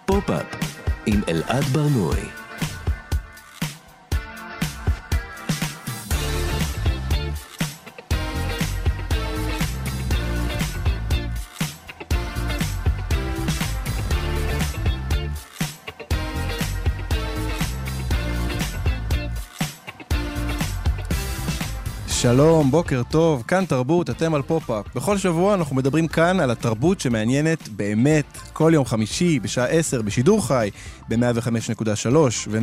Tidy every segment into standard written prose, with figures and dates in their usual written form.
פופ-אפ עם אלעד ברנועי. שלום, בוקר טוב, כאן תרבות, אתם על פופ-אפ. בכל שבוע אנחנו מדברים כאן על התרבות שמעניינת באמת כל יום חמישי בשעה 10 בשידור חי ב-105.3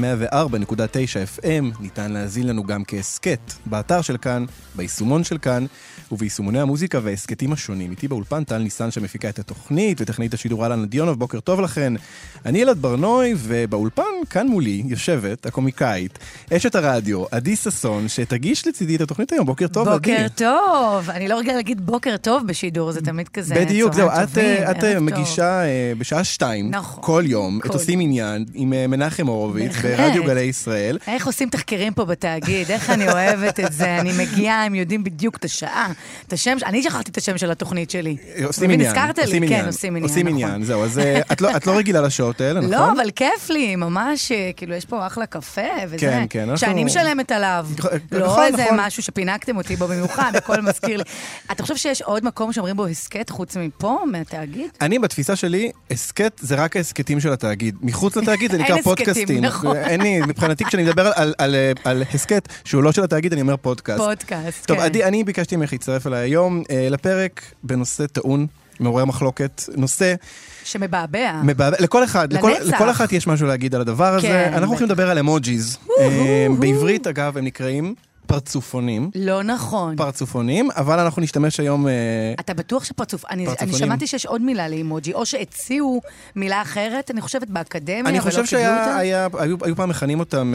ו-104.9 FM. ניתן להזין לנו גם כעסקט באתר של כאן, ביישומון של כאן וביישומוני המוזיקה והעסקטים השונים. איתי באולפן טל ניסן שמפיקה את התוכנית וטכנית השידור אלן דיונוב. בוקר טוב לכן. אני אלעד ברנועי, ובאולפן כאן מולי יושבת הקומיקאית, אשת הרדיו, עדי ששון, שתגיש לצידי את התוכנית היום. בוקר טוב, עדי. בוקר טוב. אני לא רגילה להגיד בוקר טוב בשידור, זה תמיד כזה. בדיוק, זהו. את מגישה בשעה 2 כל יום את עושים עניין עם מנחם הורוביץ ברדיו גלי ישראל. איך עושים תחקירים פה בתאגיד? איך אני אוהבת את זה? אני מגיעה, הם יודעים בדיוק את השעה, את השם, אני שכחתי את השם של התוכנית שלי. עושים עניין. נזכרת לי? כן, עושים עניין. עושים עניין, זהו. אז את לא רגילה לשעות האלה, נכון? לא, אבל כיף לי, ממש, כאילו יש פה אחלה קפה וזה. כן, כן. שאני משלמת עליו. לא איזה משהו שפינקתם אותי בו במיוחד, הכל מזכיר לי. אתה חושב שיש עוד מקום שאומרים בו הסקט חוץ מפה, מהתאגיד? אני, בתפיסה שלי, הסקט זה רק ההסקטים של התאגיד. מחוץ לתאגיד זה נקרא פודקאסטים. מבחינתי, כשאני מדבר על הסקט שהוא לא של התאגיד, אני אומר פודקאסט. פודקאסט, טוב, עדי, אני ביקשתי ממך להצטרף אליי היום לפרק בנושא טעון, מעורר מחלוקת, נושא שמבעבע. לכל אחד יש משהו להגיד על הדבר הזה. אנחנו הולכים לדבר על אמוג'יז. בעברית, אגב, הם נקראים פרצופונים. לא נכון. פרצופונים, אבל אנחנו נשתמש היום אתה בטוח שפרצוף? אני שמעתי שיש עוד מילה לאימוג'י, או שהציעו מילה אחרת, אני חושבת באקדמיה, אני חושב שהיו פעם מכנים אותם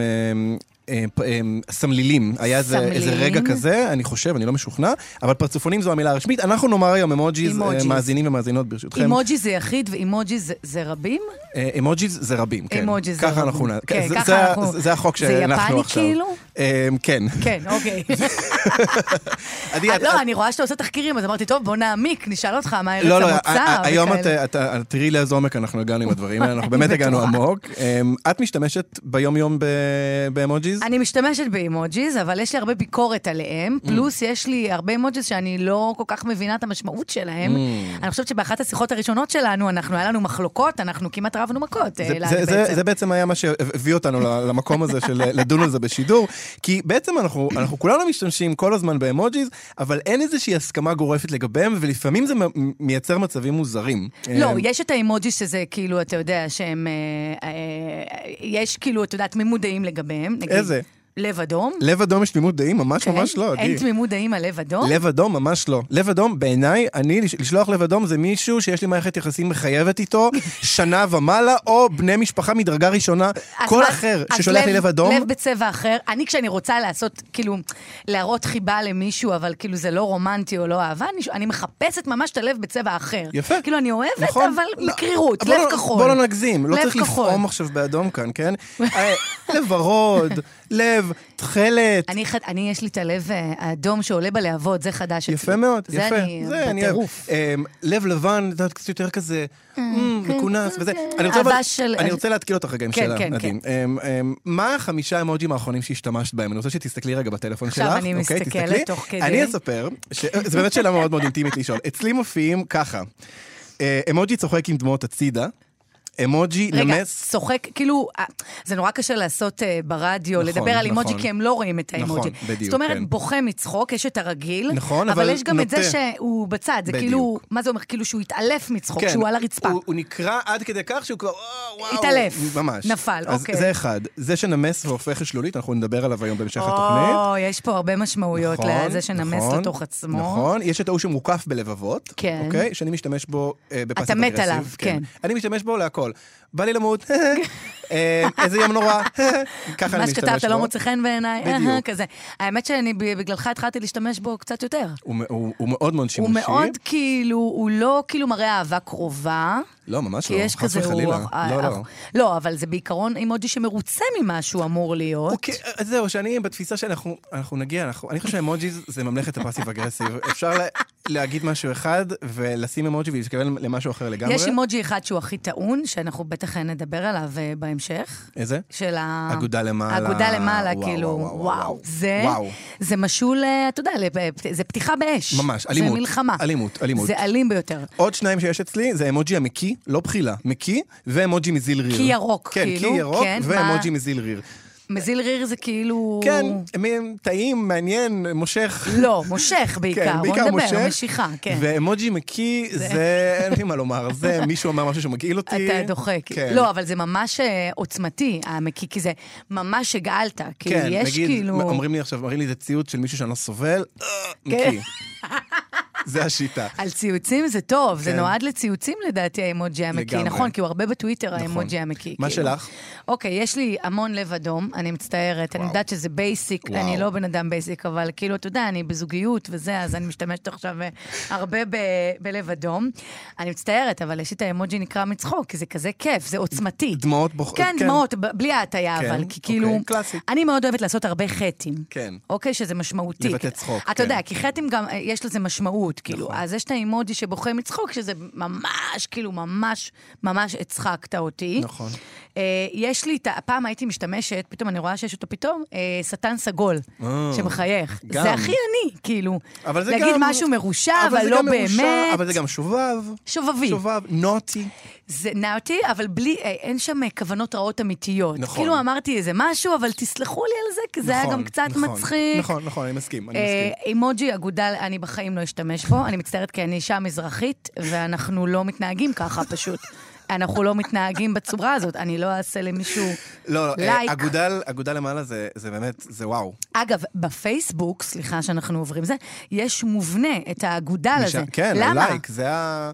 סמלילים. היה איזה רגע כזה, אני חושב, אני לא משוכנע, אבל פרצופונים זו המילה הרשמית. אנחנו נאמר היום אמוג'יז, מאזינים ומאזינות ברשותכם. אמוג'י זה יחיד ואמוג'י זה רבים? אמוג'יז זה רבים, כן. אמוג'י זה רבים. זה החוק שאנחנו עכשיו. זה יפני כאילו? כן. כן, אוקיי. לא, אני רואה שאתה עושה תחקירים, אז אמרתי, טוב, בוא נעמיק, נשאל אותך מה ארץ המוצא. היום תראי לאיזה עומק אנחנו הגענו עם הדברים האלה, אנחנו באמת הגענו עמוק. את משתמשת ביום-יום באמוג'יז? אני משתמשת באמוג'יז, אבל יש לי הרבה ביקורת עליהם, פלוס יש לי הרבה אמוג'יז שאני לא כל כך מבינה את המשמעות שלהם. אני חושבת שבאחת השיחות הראשונות שלנו, היה לנו מחלוקות, אנחנו כמעט רבנו מכות. זה בעצם היה מה שהביא אותנו למקום הזה של לדון על זה בשידור, כי בעצם אנחנו כולנו משתמשים כל הזמן באמוג'יז, אבל אין איזושהי הסכמה גורפת לגביהם, ולפעמים זה מייצר מצבים מוזרים. לא, יש את האמוג'יז שזה כאילו, אתה יודע, שהם, יש כאילו, אתה יודע, תמימות דעים לגביהם. איזה? לב אדום. לב אדום יש תמימות דעים? ממש ממש לא. אין תמימות דעים על לב אדום? לב אדום ממש לא. לב אדום, בעיניי, לשלוח לב אדום זה מישהו שיש לי מערכת יחסים מחייבת איתו, שנה ומעלה, או בני משפחה מדרגה ראשונה, כל אחר ששולח לי לב אדום. לב בצבע אחר. אני כשאני רוצה לעשות, כאילו, להראות חיבה למישהו, אבל כאילו זה לא רומנטי או לא אהבה, אני מחפשת ממש את הלב בצבע אחר. יפה. כאילו אני אוהבת, אבל מקרירות, לב כחול. בוא לא נגזים, לא צריך לפעום עכשיו באדום כאן, כן? לב ורוד, לב, תחלת. אני יש לי את הלב האדום שעולה בלהבות, זה חדש. יפה מאוד, יפה. זה אני בטירוף. לב לבן, זה קצת יותר כזה, מקונס וזה. אני רוצה להתקיל אותך רגע עם שאלה, נדין. מה 5 אמוג'ים האחרונים שהשתמשת בהם? אני רוצה שתסתכלי רגע בטלפון שלך. עכשיו אני מסתכלת תוך כדי. אני אספר, זו באמת שאלה מאוד מאוד אינטימית לשאול. אצלי מופיעים ככה, אמוג'י צוחק עם דמעות הצידה, אמוג'י נמס. רגע, צוחק, כאילו, זה נורא קשה לעשות ברדיו, לדבר על אמוג'י, כי הם לא רואים את האמוג'י. זאת אומרת, בוכה מצחוק, יש את הרגיל, אבל יש גם את זה שהוא בצד, זה כאילו, מה זה אומר? כאילו שהוא התעלף מצחוק, שהוא על הרצפה. הוא נקרא עד כדי כך שהוא כבר, וואו, התעלף, ממש. נפל, אוקיי. זה אחד. זה שנמס והופך לשלולית, אנחנו נדבר עליו היום במשך התוכנית. יש פה הרבה משמעויות לזה שנמס לתוך עצמו. נכון, יש את ההוא שמוקף בלבבות, אוקיי? שאני משתמש בו בפאסיב אגרסיב. אני משתמש בו להכל. בא לי למות, איזה יום נורא, ככה אני משתמש בו. מה שכתבת לא מוצא חן בעיניי, כזה. האמת שאני בגללך התחלתי להשתמש בו קצת יותר. הוא מאוד מאוד שימושי. הוא מאוד כאילו, הוא לא כאילו מראה אהבה קרובה. לא, ממש לא. חס וחלילה. לא, אבל זה בעיקרון אימוג'י שמרוצה ממה שהוא אמור להיות. אוקיי, אז זהו, שאני בתפיסה שאנחנו נגיע, אני חושב שאימוג'י זה ממלכת הפאסיב אגרסיב. אפשר להגיד משהו אחד ולשים אימוג'י ולהתכוון למשהו אחר לגמרי. יש אימוג'י אחד שהוא הכי טעון, שאנחנו בטח נדבר עליו בהמשך. איזה? של אגודה למעלה. אגודה למעלה, כאילו, וואו. זה משול, אתה יודע, זה פתיחה באש. ממש, אלימות. זה מלחמה. אלימות. זה אלים ביותר. עוד שניים שיש אצלי, זה אמוג'י המקי, לא בחילה, מקי, ואמוג'י מזיל ריר. קי ירוק, כן, כאילו. קי ירוק, ואמוג'י מזיל ריר. מזיל ריר זה כאילו... כן, טעים, מעניין, מושך. לא, מושך בעיקר. כן, בעיקר מושך. בוא נדבר, משיכה, כן. ואמוג'י מקי, זה, אין לי מה לומר, זה מישהו אמר משהו שמגעיל אותי. אתה דוחק. כן. לא, אבל זה ממש עוצמתי, המקי, כי זה ממש הגעלת. כן, נגיד, אומרים לי, זה ציוץ של מישהו שאני לא סובל, מקי. זה השיטה. על ציוצים זה טוב, זה נועד לציוצים לדעתי האמוג'י המקי, נכון, כי הוא הרבה בטוויטר האמוג'י המקי. מה שלך? אוקיי, יש לי המון לב אדום, אני מצטערת, אני יודעת שזה בייסיק, אני לא בן אדם בייסיק, אבל כאילו, אתה יודע, אני בזוגיות וזה, אז אני משתמשת עכשיו הרבה בלב אדום. אני מצטערת, אבל יש את האמוג'י נקרא מצחוק, כי זה כזה כיף, זה עוצמתי. דמעות כן, דמעות, בלי ההטיה, אבל, כי כאילו, אני מאוד אוהבת לעשות הרבה חטים. כן. אוקיי, שזה משמעותי. לבטא צחוק. אתה יודע, כי חטים גם, יש לזה משמעות, כאילו. אז יש את האימוג'י שבוכה מצחוק, שזה ממש, כאילו, ממש הצחקת אותי. נכון. יש לי, הפעם הייתי משתמשת, פתאום אני רואה שיש אותו פתאום, שטן סגול, שמחייך. זה הכי אני, כאילו. להגיד משהו מרושע, אבל לא באמת. אבל זה גם שובב. שובבי. שובב, נוטי. זה נוטי, אבל בלי, אין שם כוונות רעות אמיתיות. נכון. כאילו אמרתי איזה משהו, אבל תסלחו לי על זה, כי זה היה גם קצת מצחיק. נכון, אני מסכים. אימוג'י אגודל, אני בחיים לא אשתמש בו, אני מצטערת כי אני אישה מזרחית, ואנחנו לא מתנהגים ככה פשוט. אנחנו לא מתנהגים בצורה הזאת, אני לא אעשה למישהו לייק. אגודל למעלה זה באמת, זה וואו. אגב, בפייסבוק, סליחה שאנחנו עוברים זה, יש מובנה את האגודל הזה. כן, הלייק, זה ה...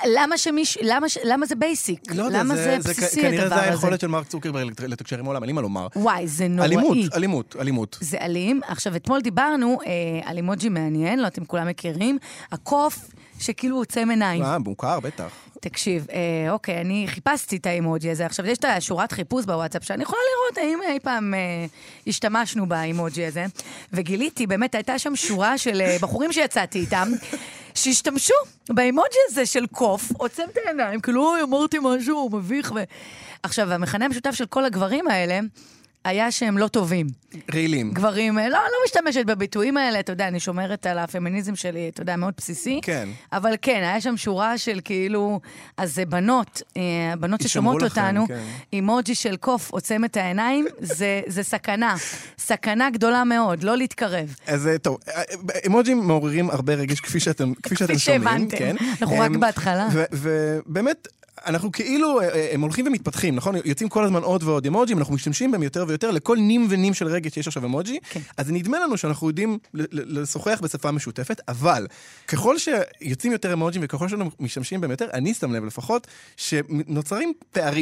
למה זה בייסיק? למה זה בסיסי הדבר הזה? כנראה זה היכולת של מרק צוקרברג לתקשר עם העולם, אין לי מה לומר. וואי, זה נוראי. אלימות. זה אלים. עכשיו, אתמול דיברנו על אימוג'י מעניין, לא אתם כולם מכירים, הקוף שכאילו עוצם עיניים. מוכר, בטח. תקשיב, אוקיי, אני חיפשתי את האימוג'י הזה. עכשיו, יש את השורת חיפוש בוואטסאפ שאני יכולה לראות האם אי פעם השתמשנו באימוג'י הזה, וגיליתי, באמת הייתה שם שורה של בחורים שיצאתי איתם, שהשתמשו באימוג'י הזה של קוף, עוצם את העיניים, כאילו, אמרתי משהו, מביך. עכשיו, המכנה המשותף של כל הגברים האלה, היה שהם לא טובים. רעילים. גברים, לא משתמשת בביטויים האלה, אתה יודע, אני שומרת על הפמיניזם שלי, אתה יודע, מאוד בסיסי. כן. אבל כן, היה שם שורה של כאילו, אז בנות ששומעות אותנו, אימוג'י של קוף עוצם את העיניים, זה סכנה. סכנה גדולה מאוד, לא להתקרב. אז טוב, אימוג'ים מעוררים הרבה רגש, כפי שאתם שומעים. שהבנתם, אנחנו רק בהתחלה. ובאמת, אנחנו כאילו, הם הולכים ומתפתחים, נכון? יוצאים כל הזמן עוד ועוד אמוג'ים, אנחנו משתמשים בהם יותר ויותר, לכל נים ונים של רגש שיש עכשיו אמוג'י, אז נדמה לנו שאנחנו יודעים לשוחח בשפה משותפת, אבל ככל שיוצאים יותר אמוג'ים וככל שאנחנו משתמשים בהם יותר, אני שם לב לפחות, שנוצרים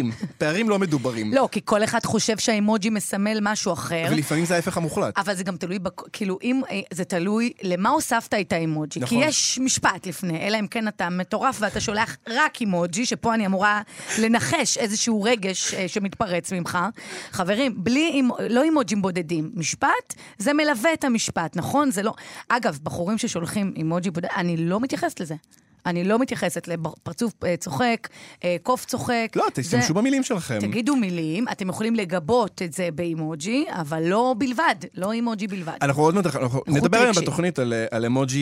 פערים לא מדוברים. לא, כי כל אחד חושב שהאמוג'י מסמל משהו אחר. ולפעמים זה ההפך המוחלט. אבל זה גם תלוי, כאילו, אם זה תלוי למה הוספת את האמוג'י. כי יש משפט לפני, אלא אם כן אתה מטורף ואתה שולח רק אמוג'י, שפה אני אמורה לנחש איזשהו רגש שמתפרץ ממך. חברים, לא אימוג'ים בודדים. משפט, זה מלווה את המשפט, נכון? זה לא... אגב, בחורים ששולחים אימוג'י בודד, אני לא מתייחסת לזה. אני לא מתייחסת לפרצוף צוחק, קוף צוחק. לא, תשתמשו במילים שלכם. תגידו מילים, אתם יכולים לגבות את זה באימוג'י, אבל לא בלבד, לא אימוג'י בלבד. אנחנו עוד נדבר היום בתוכנית על אימוג'י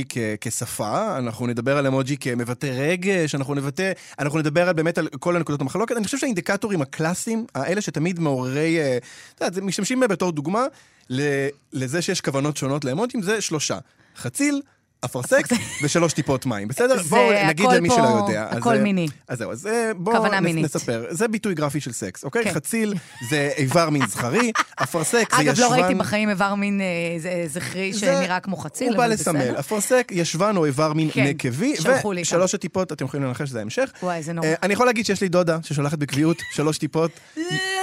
כשפה, אנחנו נדבר על אימוג'י כמבטא רגש, אנחנו נדבר באמת על כל הנקודות המחלוקת. אני חושב שהאינדיקטורים הקלאסיים, האלה שתמיד מעוררי, משתמשים בתור דוגמה, לזה שיש כוונות שונות לאימוג'ים, זה 3. חציל, אפרסק ו3 טיפות מים, בסדר? בואו נגיד למי שלא יודע. הכל מיני. אז זהו, אז בואו נספר. זה ביטוי גרפי של סקס, אוקיי? חציל זה איבר מין זכרי, אפרסק זה ישבן... אגב, לא ראיתי בחיים איבר מין זכרי שנראה כמו חציל. הוא בא לסמל. אפרסק, ישבן או איבר מין נקבי, ו3 הטיפות, אתם יכולים לנחש שזה ההמשך. וואי, זה נורא. אני יכול להגיד שיש לי דודה ששולחת בקביעות 3 טיפות.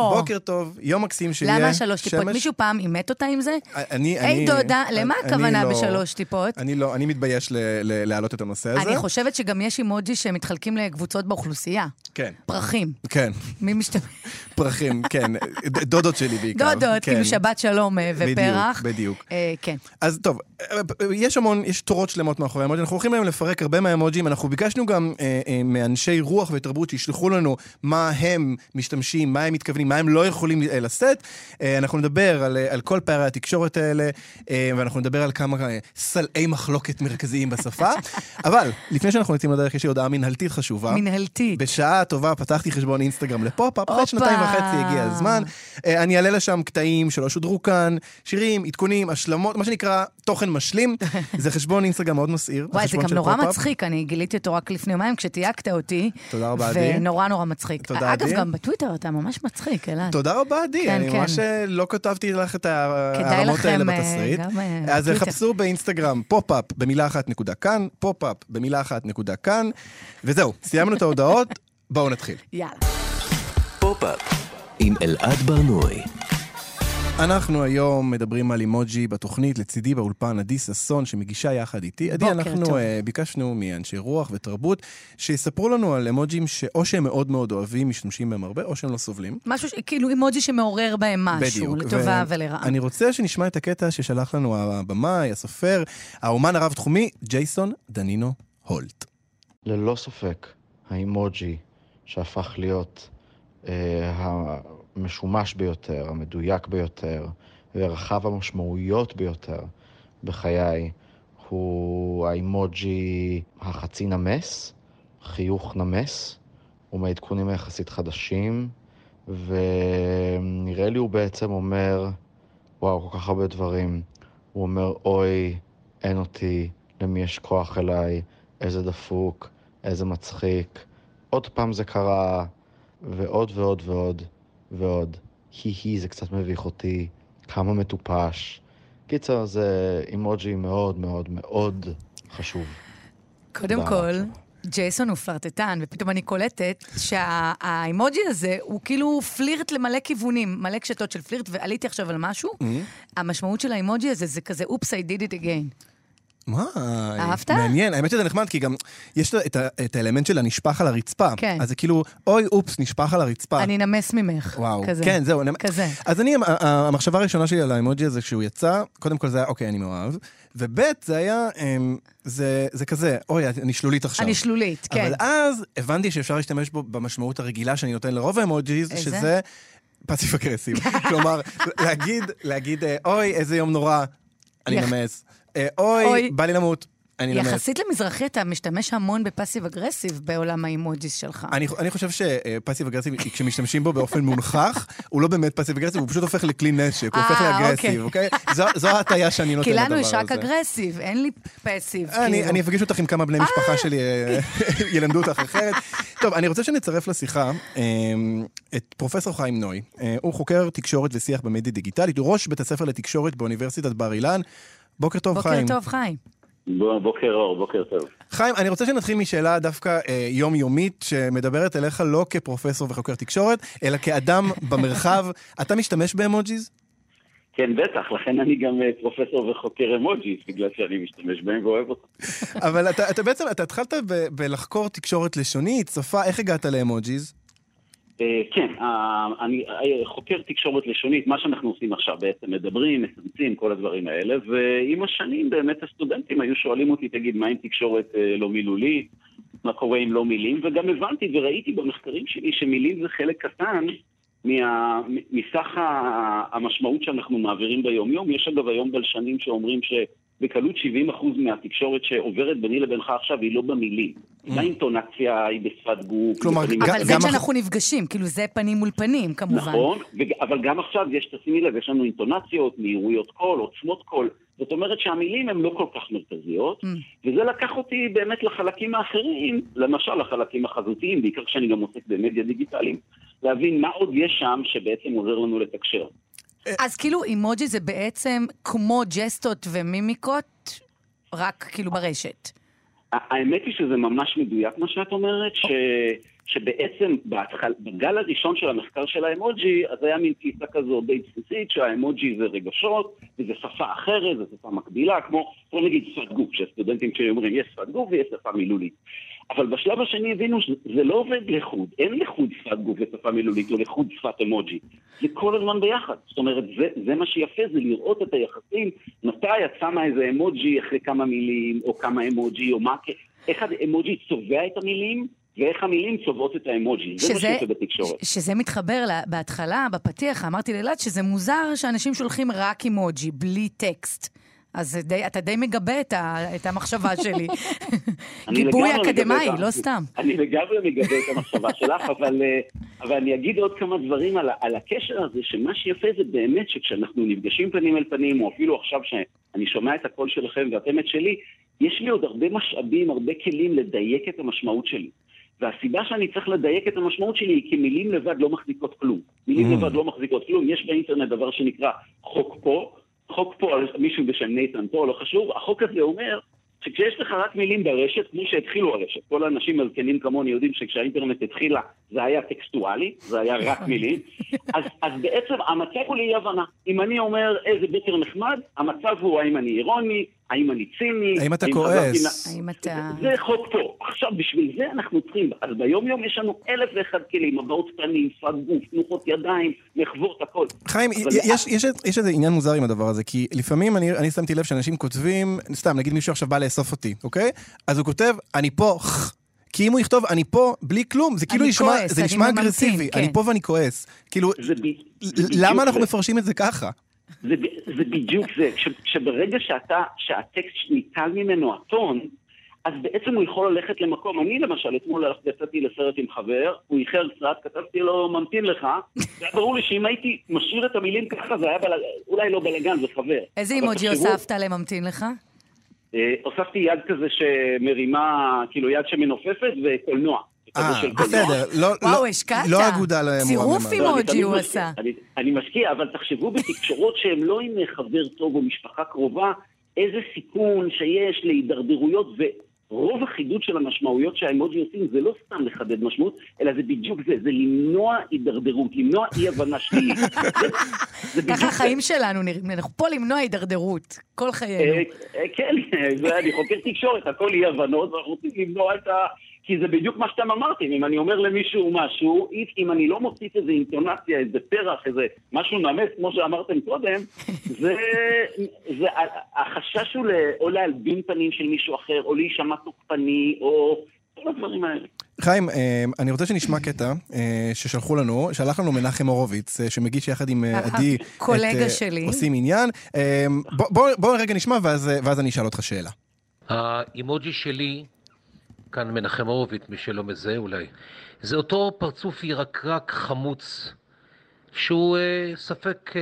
בוקר טוב, יום מקסים שיהיה. למה 3 טיפות? מישהו פעם אימת אותה עם זה? היי דודה, למה הכוונה ב3 טיפות? אני מתבייש להעלות את הנושא הזה. אני חושבת שגם יש אימוג'י שמתחלקים לקבוצות באוכלוסייה. כן. פרחים. כן. מי משתמש? פרחים, כן. דודות שלי בעיקר. דודות, כאילו שבת שלום ופרח. בדיוק. כן. אז טוב, יש תורות שלמות מאחורי האמוג'י. אנחנו הולכים היום לפרק הרבה מהאמוג'ים. אנחנו ביקשנו גם מאנשי רוח ותרבות שישלחו לנו מה הם משתמשים, מה הם מתכוונים, מה הם לא יכולים לשאת. אנחנו נדבר על כל פערי התקשורת האלה, ואנחנו נדבר על כמה סלעי מחלוקת מרכזיים בשפה. אבל לפני שאנחנו יוצאים לדרך, יש לי הודעה מנהלתית חשובה. מנהלתית. בשעה טובה פתחתי חשבון אינסטגרם לפופ-אפ, אחרי 2.5 הגיע הזמן. אני אעלה לשם קטעים שלא שודרו כאן, שירים, עדכונים, השלמות, מה שנקרא תוכן משלים. זה חשבון אינסטגרם מאוד מסעיר. וואי, זה גם נורא מצחיק, אני גיליתי אותו רק לפני יומיים כשתייקת אותי. תודה רבה, עדי. ונורא נורא מצחיק. אגב, גם בטוויטר אתה ממש מצחיק, אלעד. תודה רבה, עדי. אני ממש לא כתבתי לך את הרמות האלה בתסריט. אז חפשו באינסטגרם פופ-אפ במילה אחת נקודה כאן, פופ-אפ במילה אחת נקודה כאן, וזהו, סיימנו את ההודעות, בואו נתחיל. יאללה. פופ-אפ עם אלעד ברנועי. אנחנו היום מדברים על אימוג'י בתוכנית, לצידי באולפן עדי ששון שמגישה יחד איתי. עדי, אנחנו ביקשנו מאנשי רוח ותרבות שיספרו לנו על אימוג'ים שאו שהם מאוד מאוד אוהבים, משתמשים בהם הרבה, או שהם לא סובלים. משהו, כאילו אימוג'י שמעורר בהם משהו, לטובה ולרעה. אני רוצה שנשמע את הקטע ששלח לנו הבמאי, הסופר, האומן הרב-תחומי, ג'ייסון דנינו הולט. ללא ספק, האימוג'י שהפך להיות המשומש ביותר, המדויק ביותר, ורחב המשמעויות ביותר בחיי, הוא האימוג'י החצי נמס, חיוך נמס, ומהעדכונים היחסית חדשים, ונראה לי הוא בעצם אומר, וואו, כל כך הרבה דברים. הוא אומר, אוי, אין אותי, למי יש כוח אליי, איזה דפוק, איזה מצחיק. עוד פעם זה קרה, ועוד ועוד ועוד. ועוד, זה קצת מביך אותי, כמה מטופש. קיצר, זה אימוג'י מאוד מאוד מאוד חשוב. קודם כל, ג'ייסון הוא פלרטטן, ופתאום אני קולטת שהאימוג'י הזה הוא כאילו פלירט למלא כיוונים, מלא קשתות של פלירט, ועליתי עכשיו על משהו. המשמעות של האימוג'י הזה זה כזה, oops, I did it again. מה? אהבת? מעניין, האמת שזה נחמד, כי גם יש את האלמנט של הנשפח על הרצפה. כן. אז זה כאילו, אוי, אופס, נשפח על הרצפה. אני נמס ממך. וואו. כזה. כן, זהו. כזה. אז המחשבה הראשונה שלי על האימוג'י הזה, כשהוא יצא, קודם כל זה היה, אוקיי, אני מאוהב, ובית זה היה, זה כזה, אוי, אני שלולית עכשיו. אני שלולית, כן. אבל אז הבנתי שאפשר להשתמש בו במשמעות הרגילה שאני נותן לרוב האימוג'יז, שזה פאסיב אגרסיב. כלומר, להגיד, אוי, איזה יום נורא, אני נמס. אוי, בא לי למות, אני נמס. יחסית למזרחי, אתה משתמש המון בפאסיב אגרסיב בעולם האימוג'יס שלך. אני חושב שפאסיב אגרסיב, כשמשתמשים בו באופן מונחח, הוא לא באמת פאסיב אגרסיב, הוא פשוט הופך לכלי נשק, הוא הופך לאגרסיב, אוקיי? זו ההטיה שאני נותן לדבר הזה. כי לנו יש רק אגרסיב, אין לי פאסיב. אני אפגש אותך עם כמה בני משפחה שלי, ילמדו אותך אחרת. טוב, אני רוצה שנצרף לשיחה את פרופסור חיים נוי. הוא חוקר תקשורת ושיח במדיה דיגיטלית, הוא ראש בית הספר לתקשורת באוניברסיטת בר אילן. בוקר טוב, חיים. בוקר טוב, חיים. בוקר אור, בוקר טוב. חיים, אני רוצה שנתחיל משאלה דווקא יומיומית, שמדברת אליך לא כפרופסור וחוקר תקשורת, אלא כאדם במרחב. אתה משתמש באמוג'יז? כן, בטח, לכן אני גם פרופסור וחוקר אמוג'יז, בגלל שאני משתמש בהם ואוהב אותם. אבל אתה בעצם, אתה התחלת בלחקור תקשורת לשונית, שפה, איך הגעת לאמוג'יז? כן, אני חוקר תקשורת לשונית, מה שאנחנו עושים עכשיו בעצם, מדברים, מסמצים, כל הדברים האלה, ועם השנים באמת הסטודנטים היו שואלים אותי, תגיד, מה עם תקשורת לא מילולית, מה קורה עם לא מילים, וגם הבנתי וראיתי במחקרים שלי שמילים זה חלק קטן מסך המשמעות שאנחנו מעבירים ביום-יום. יש אגב היום בלשנים שאומרים בקלות 70% מהתקשורת שעוברת ביני לבינך עכשיו היא לא במילים. האינטונציה היא בשפת גוף. כלומר, אבל זה כשאנחנו נפגשים, כאילו זה פנים מול פנים, כמובן. נכון, אבל גם עכשיו תשימי לב, יש לנו אינטונציות, מהירויות קול, עוצמות קול. זאת אומרת שהמילים הן לא כל כך מרכזיות, וזה לקח אותי באמת לחלקים האחרים, למשל לחלקים החזותיים, בעיקר כשאני גם עוסק במדיה דיגיטליים, להבין מה עוד יש שם שבעצם עוזר לנו לתקשר. אז כאילו אימוג'י זה בעצם כמו ג'סטות ומימיקות, רק כאילו ברשת. האמת היא שזה ממש מדויק מה שאת אומרת, שבעצם בגל הראשון של המחקר של האמוג'י, אז היה מין תפיסה כזו די בסיסית, שהאמוג'י זה רגשות, וזה שפה אחרת, זה שפה מקבילה, כמו נגיד שפת גוף, שהסטודנטים שאומרים, יש שפת גוף ויש שפה מילולית. אבל בשלב השני הבינו שזה לא עובד לחוד, אין לחוד שפת גוף ושפה מילולית, או לחוד שפת אמוג'י. זה כל הזמן ביחד. זאת אומרת, זה מה שיפה, זה לראות את היחסים, מתי יצא מה איזה אמוג'י אחרי כמה מילים, או כמה אמוג'י, או מה, איך האמוג'י צובע את המילים, ואיך המילים צובעות את האמוג'י. זה מה שיפה בתקשורת. שזה מתחבר בהתחלה, בפתיח, אמרתי לילד שזה מוזר שאנשים שולחים רק אמוג'י, בלי טקסט. אז אתה די מגבה את המחשבה שלי. גיבוי אקדמי, לא סתם. אני לגמרי מגבה את המחשבה שלך, אבל אני אגיד עוד כמה דברים על הקשר הזה, שמה שיפה זה באמת שכשאנחנו נפגשים פנים אל פנים, או אפילו עכשיו שאני שומע את הקול שלכם ואתם את שלי, יש לי עוד הרבה משאבים, הרבה כלים לדייק את המשמעות שלי. והסיבה שאני צריך לדייק את המשמעות שלי היא כי מילים לבד לא מחזיקות כלום. מילים לבד לא מחזיקות כלום. יש באינטרנט דבר שנקרא חוק פה על מישהו בשם נייתן פה, לא חשוב. החוק הזה אומר שכשיש לך רק מילים ברשת, כמו שהתחילו הרשת, כל האנשים מזקנים כמוני יודעים שכשהאינטרנט התחילה זה היה טקסטואלי, זה היה רק מילים, אז בעצם המצב הוא לאי הבנה. אם אני אומר איזה בוקר נחמד, המצב הוא האם אני אירוני, האם אני ציני, האם אתה כועס, זה חוק פה. עכשיו בשביל זה אנחנו צריכים, אז ביום יום יש לנו 1,001 כלים, הבעות פנים, שפת גוף, תנוחות ידיים, מחוות, הכל. חיים, יש איזה עניין מוזר עם הדבר הזה, כי לפעמים אני שמתי לב שאנשים כותבים, סתם נגיד מישהו עכשיו בא לאסוף אותי, אוקיי? אז הוא כותב, אני פה, כי אם הוא יכתוב, אני פה, בלי כלום, זה כאילו זה נשמע אגרסיבי, אני פה ואני כועס. כאילו, למה אנחנו מפרשים את זה ככה? זה בדיוק זה, שברגע שהטקסט ניטל ממנו הטון, אז בעצם הוא יכול ללכת למקום. אני למשל, אתמול יצאתי לסרט עם חבר, הוא איחר קצת, כתבתי לו ממתין לך, זה היה ברור לי שאם הייתי משאיר את המילים ככה, זה היה אולי לא בלגן, זה חבר. איזה אימוג'י הוספת לממתין לך? הוספתי יד כזה שמרימה, כאילו יד שמנופפת וקולנוע. בסדר, וואו, השקעת. לא אגודה למועמד. צירוף אימוג'י הוא עשה. אני משקיע, אבל תחשבו בתקשורות שהן לא עם חבר טוב או משפחה קרובה, איזה סיכון שיש להידרדרויות, ורוב החידוד של המשמעויות שהאימוג'י עושים זה לא סתם לחדד משמעות, אלא זה בדיוק זה למנוע הידרדרות, למנוע אי הבנה שלילית. ככה החיים שלנו נראים, אנחנו פה למנוע הידרדרות, כל חיינו. כן, אני חוקר תקשורת, הכל אי הבנות, ואנחנו רוצים למנוע את כי זה בדיוק מה שאתם אמרתם, אם אני אומר למישהו משהו, אם אני לא מוסיף איזו אינטונציה, איזה פרח, איזה משהו נמס, כמו שאמרתם קודם, זה החשש הוא או להלבין פנים של מישהו אחר, או להישמע תוקפני, או כל הדברים האלה. חיים, אני רוצה שנשמע קטע ששלחו לנו, שלח לנו מנחם הורוביץ, שמגיש יחד עם עדי, קולגה שלי. עושים עניין. בוא רגע נשמע, ואז אני אשאל אותך שאלה. האימוג'י שלי, כאן מנחם הורוביץ, מי שלא מזהה אולי, זה אותו פרצוף ירקרק חמוץ, שהוא ספק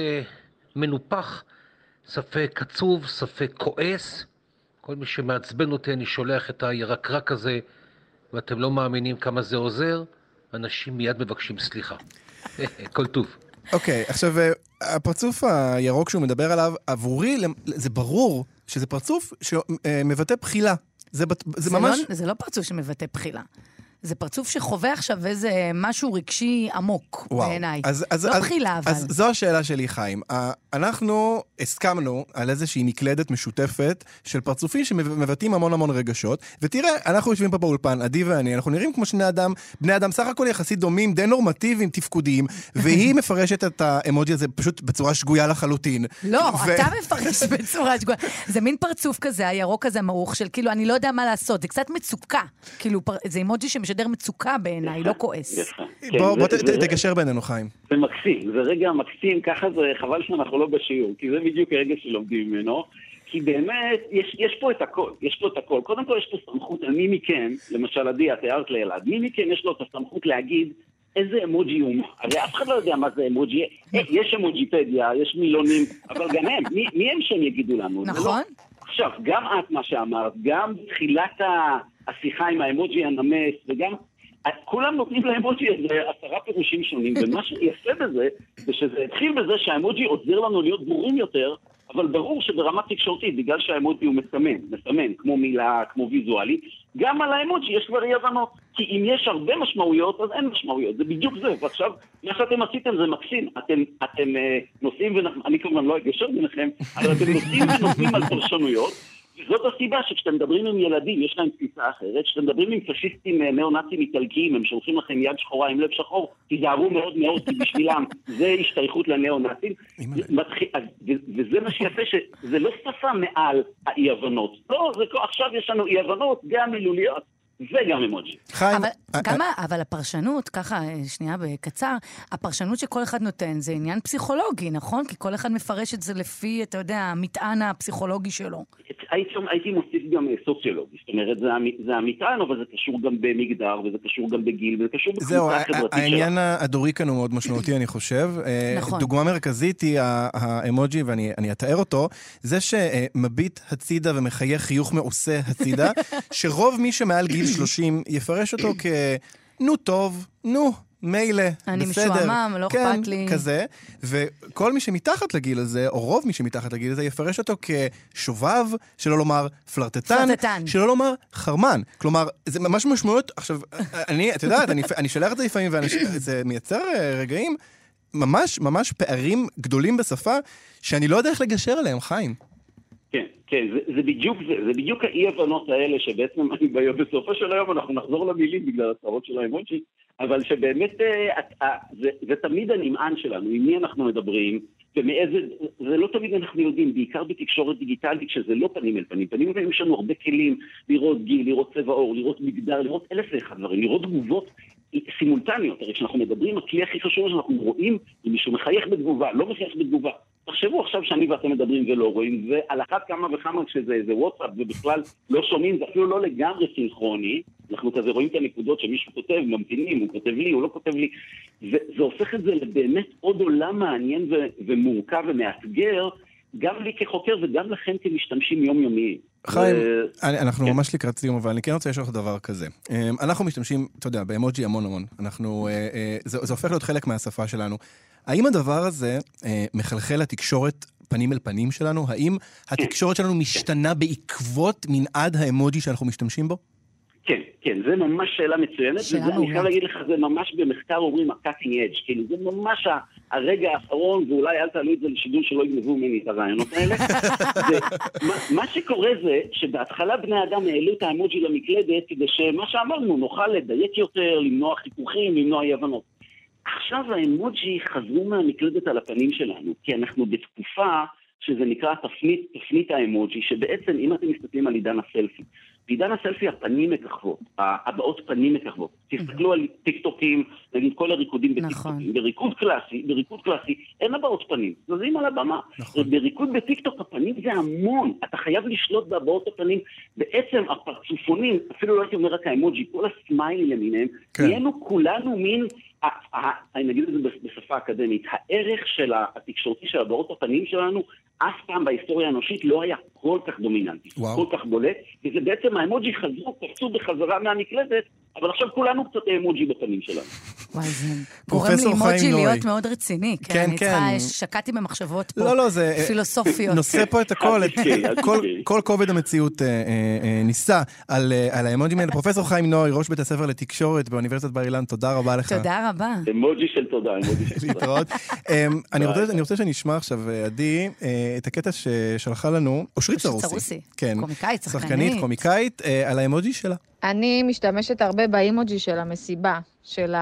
מנופח, ספק עצוב, ספק כועס. כל מי שמעצבן אותי, אני שולח את הירקרק הזה, ואתם לא מאמינים כמה זה עוזר, אנשים מיד מבקשים סליחה. כל טוב. אוקיי, עכשיו, הפרצוף הירוק שהוא מדבר עליו, עבורי, זה ברור שזה פרצוף שמבטא בחילה. זה ממש... זה לא פרצוף שמבטא בחילה. זה פרצוף שחווה עכשיו איזה משהו רגשי עמוק בעיניי. לא בחילה, אבל. אז זו השאלה שלי, חיים. אנחנו הסכמנו על איזושהי מקלדת משותפת של פרצופים שמבטאים המון המון רגשות, ותראה, אנחנו יושבים פה באולפן, עדי ואני, אנחנו נראים כמו בני אדם סך הכל יחסית דומים, די נורמטיביים, תפקודיים, והיא מפרשת את האמוג'י הזה פשוט בצורה שגויה לחלוטין. לא, אתה מפרש בצורה שגויה. זה מין פרצוף כזה, הירוק הזה מעוך של כאילו, אני לא יודע מה לעשות, זה קצת מצוקה. כאילו, זה אימוג'י שמשדר מצוקה בעיניי, לא כועס. בוא תגשר בינינו, חיים. זה מקסים, זה רגע מקסים, ככה זה חבל שאנחנו לא בשיעור, כי זה בדיוק הרגע שלומדים ממנו, כי באמת יש פה את הכל, קודם כל יש פה סמכות על מי מכן, למשל עדי, את הערת לאלעד, מי מכן יש לו את הסמכות להגיד איזה אמוג'י הוא, הרי אף אחד לא יודע מה זה אמוג'י, יש אמוג'יפדיה, יש מילונים, אבל גם הם, מי הם שהם יגידו לנו? נכון. עכשיו, גם את מה שאמרת, גם תחילת השיחה עם האמוג'י הנמס, וגם כולם נותנים לאמוג'י איזה 10 פירושים שונים, ומה שיפה בזה, זה שזה התחיל בזה שהאמוג'י עוזר לנו להיות ברורים יותר, אבל ברור שברמה תקשורתית, בגלל שהאמוג'י הוא מסמן, כמו מילה, כמו ויזואלי, גם על האמוג'י יש כבר אי-הבנות. כי אם יש הרבה משמעויות, אז אין משמעויות. זה בדיוק זה. ועכשיו, מה שאתם עשיתם זה מקסים. אתם נושאים, אני כמובן לא אגשר ביניכם, אבל אתם נושאים ונושאים על פרשנויות, וזאת הסיבה שכשאתם מדברים עם ילדים, יש להם תפיסה אחרת, כשאתם מדברים עם פשיסטים נאו-נאצים איטלקיים, הם שולחים לכם יד שחורה עם לב שחור, תיזהרו מאוד מאוד, כי בשבילם זה השתייכות לנאו-נאצים, וזה מה שיפה, שזה לא שפה מעל האי-הבנות. לא, עכשיו יש לנו אי-הבנות, גם מילוליות, וגם אמוג'י. אבל הפרשנות, ככה, שנייה בקצר, הפרשנות שכל אחד נותן זה עניין פסיכולוגי, נכון? כי כל אחד מפרש את זה לפי, אתה יודע, המטען הפסיכולוגי שלו. הייתי מוסיף גם סוציולוגי, זאת אומרת, זה המטען, אבל זה קשור גם במגדר, וזה קשור גם בגיל, וזה קשור בקבוצה החברתית שלה. העניין הדורי כאן הוא מאוד משמעותי, אני חושב. דוגמה מרכזית היא האמוג'י, ואני אתאר אותו, זה שמביט הצידה ומחייך חיוך מעושה הצידה, שרוב מי שמעל גיל 30 יפרש אותו נו טוב, מילא, אני בסדר. אני משועמם, לא אכפת לי. כזה, וכל מי שמתחת לגיל הזה, או רוב מי שמתחת לגיל הזה, יפרש אותו כשובב, שלא לומר פלרטטן, שלא לומר חרמן. כלומר, זה ממש משמעות, עכשיו, אתה יודעת, אני שלח את זה לפעמים, וזה מייצר רגעים, ממש פערים גדולים בשפה, שאני לא יודע איך לגשר עליהם, חיים. כן, זה בדיוק האי-הבנות האלה שבעצם בסופו של היום אנחנו נחזור למילים בגלל הצהרות של האמוג'י, אבל שבאמת זה תמיד הנמען שלנו, עם מי אנחנו מדברים, ומאיזה, זה לא תמיד אנחנו יודעים, בעיקר בתקשורת דיגיטלית, שזה לא פנים אל פנים. פנים אל פנים יש לנו הרבה כלים, לראות גיל, לראות צבע עור, לראות מגדר, לראות אלף ואחד דברים, לראות תגובות סימולטניות. הרי כשאנחנו מדברים, הכלי הכי חשוב שאנחנו רואים, אם מישהו מחייך בתגובה, לא מחייך בתגובה. תחשבו עכשיו שאני ואתם מדברים ולא רואים, ועל אחת כמה וכמה כשזה איזה וואטסאפ, ובכלל לא שומעים, זה אפילו לא לגמרי סינכרוני, אנחנו כזה רואים את הנקודות שמישהו כותב, ממתינים, הוא כותב לי, הוא לא כותב לי, וזה הופך את זה לבאמת עוד עולם מעניין ומורכב ומאתגר, גם לי כחוקר וגם לכם כמשתמשים יומיומיים. חיים, אנחנו ממש לקראת סיום, אבל אני כן רוצה לשאול לך דבר כזה. אנחנו משתמשים, אתה יודע, באמוג'י המון. זה הופך להיות חלק מהשפה שלנו. האם הדבר הזה מחלחל לתקשורת פנים אל פנים שלנו? האם התקשורת שלנו משתנה בעקבות מנעד האמוג'י שאנחנו משתמשים בו? כן, זה ממש שאלה מצוינת, ואני חייב להגיד לך, זה ממש במחקר אומרים ה-cutting edge, כאילו זה ממש הרגע האחרון, ואולי אל תעלו את זה לשידור שלא יגנבו ממני את הרעיונות האלה. מה שקורה זה שבהתחלה בני אדם העלו את האמוג'י למקלדת, כדי שמה שאמרנו, נוכל לדייק יותר, למנוע חיכוכים, למנוע אי הבנות. עכשיו האמוג'י חזרו מהמקלדת על הפנים שלנו, כי אנחנו בתקופה שזה נקרא תפנית האמוג'י, שבעצם אם אתם מסתכלים על עידן הסלפי, בעידן הסלפי הפנים מככבות, הבעות פנים מככבות. תסתכלו על טיקטוקים, נגיד כל הריקודים בטיקטוקים. בריקוד קלאסי אין הבעות פנים, זזים על הבמה. בריקוד בטיקטוק הפנים זה המון, אתה חייב לשלוט בהבעות הפנים. בעצם הפרצופונים, אפילו לא הייתי אומר רק האמוג'י, כל הסמיילים למיניהם, נהיינו כולנו מין, אני נגיד את זה בשפה אקדמית, הערך של התקשורתי של הבעות הפנים שלנו, אף פעם בהיסטוריה האנושית לא היה כל כך דומיננטי, כל כך בולט, וזה בעצם האמוג'י קפצו בחזרה מהמקלדת, אבל עכשיו כולנו קצת האמוג'י בפנים שלנו. וואי, זה גורם לאמוג'י להיות מאוד רציני, כי אני צריכה, שקעתי במחשבות פה פילוסופיות. נושא פה את הכל, כל כובד המציאות ניסה על האמוג'י האלה. פרופסור חיים נוי, ראש בית הספר לתקשורת באוניברסיטת בר אילן, תודה רבה לך. תודה רבה. אמוג'י של תודה, להתראות. אני רוצה שנשמע עכשיו, עדי, את הקטע ששלחה לנו, אושרית סרוסי. קומיקאית, שחקנית, קומיקאית, על האמוג'י שלה. אני משתמשת הרבה באימוג'י של המסיבה, של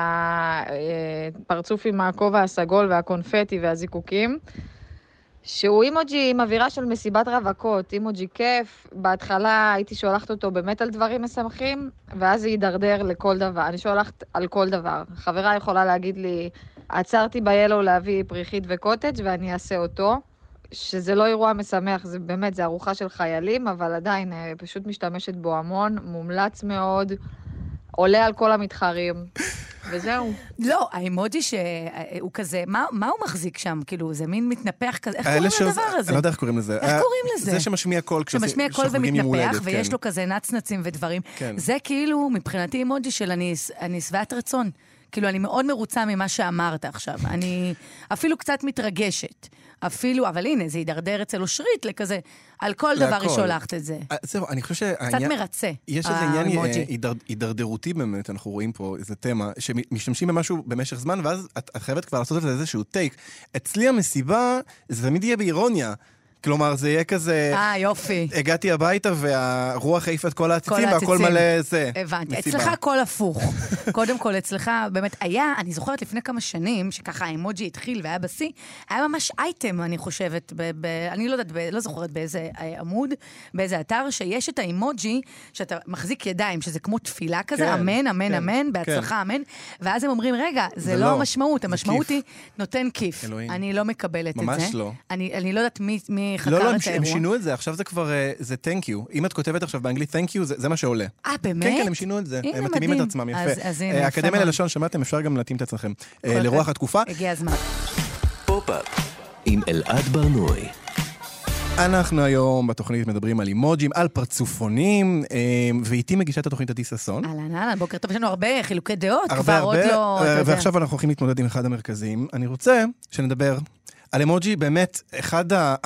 הפרצוף עם הכובע הסגול והקונפטי והזיקוקים, שהוא אימוג'י עם אווירה של מסיבת רווקות, אימוג'י כיף. בהתחלה הייתי שולחת אותו באמת על דברים משמחים, ואז זה יידרדר לכל דבר. אני שולחת על כל דבר. חברה יכולה להגיד לי, עצרתי ביילו להביא פריחית וקוטג' ואני אעשה אותו. שזה לא אירוע משמח, זה באמת, זה ארוחה של חיילים, אבל עדיין פשוט משתמשת בו המון, מומלץ מאוד, עולה על כל המתחרים, וזהו. לא, האמוג'י שהוא כזה, מה הוא מחזיק שם? כאילו, זה מין מתנפח כזה, איך קוראים לדבר הזה? אני לא יודע איך קוראים לזה. איך קוראים לזה? זה שמשמיע קול, שמשמיע קול ומתנפח, ויש לו כזה נצנצים ודברים. זה כאילו, מבחינתי אמוג'י של אני שבעת רצון. כאילו, אני מאוד מרוצה ממה שאמרת עכשיו. אני אפילו קצת מתרגשת. אפילו, אבל הנה, זה יידרדר אצל אושרית לכזה, על כל דבר היא שולחת את זה. זהו, אני חושב שהעניין... קצת מרצה. יש איזה עניין הידרדרותי באמת, אנחנו רואים פה איזה תמה, שמשתמשים במשהו במשך זמן, ואז את חייבת כבר לעשות את זה איזשהו טייק. אצלי המסיבה, זה תמיד יהיה באירוניה. כלומר, זה יהיה כזה... יופי. הגעתי הביתה והרוח העיפה את כל העציצים, והכל מלא זה. הבנתי. אצלך הכל הפוך. קודם כל, אצלך באמת היה, אני זוכרת לפני כמה שנים, שככה האימוג'י התחיל והיה בשיא, היה ממש אייטם, אני חושבת, אני לא יודעת, לא זוכרת באיזה עמוד, באיזה אתר, שיש את האימוג'י, שאתה מחזיק ידיים, שזה כמו תפילה כזה, אמן, אמן, אמן, בהצלחה, אמן, ואז הם אומרים, רגע, זה לא המשמעות, המשמעות היא נותן כיף. אני לא מקבלת את זה. ממש לא. אני לא יודעת מי לא, הם שינו את זה, עכשיו זה כבר, זה thank you. אם את כותבת עכשיו באנגלית thank you, זה מה שעולה. באמת? כן, הם שינו את זה. הם מתאימים את עצמם, יפה. האקדמיה ללשון, שמעתם, אפשר גם להתאים את עצמכם. לרוח התקופה. הגיע הזמן. פופ-אפ עם אלעד ברנועי. אנחנו היום בתוכנית מדברים על אימוג'ים, על פרצופונים, ואיתי מגישת התוכנית עדי ששון. אהלן, בוקר טוב, יש לנו הרבה חילוקי דעות, כבר עוד לא... ועכשיו אנחנו הולכים להתמודד עם אחד המרכזיים. אני רוצה שנדבר על אימוג'י, באמת, אחד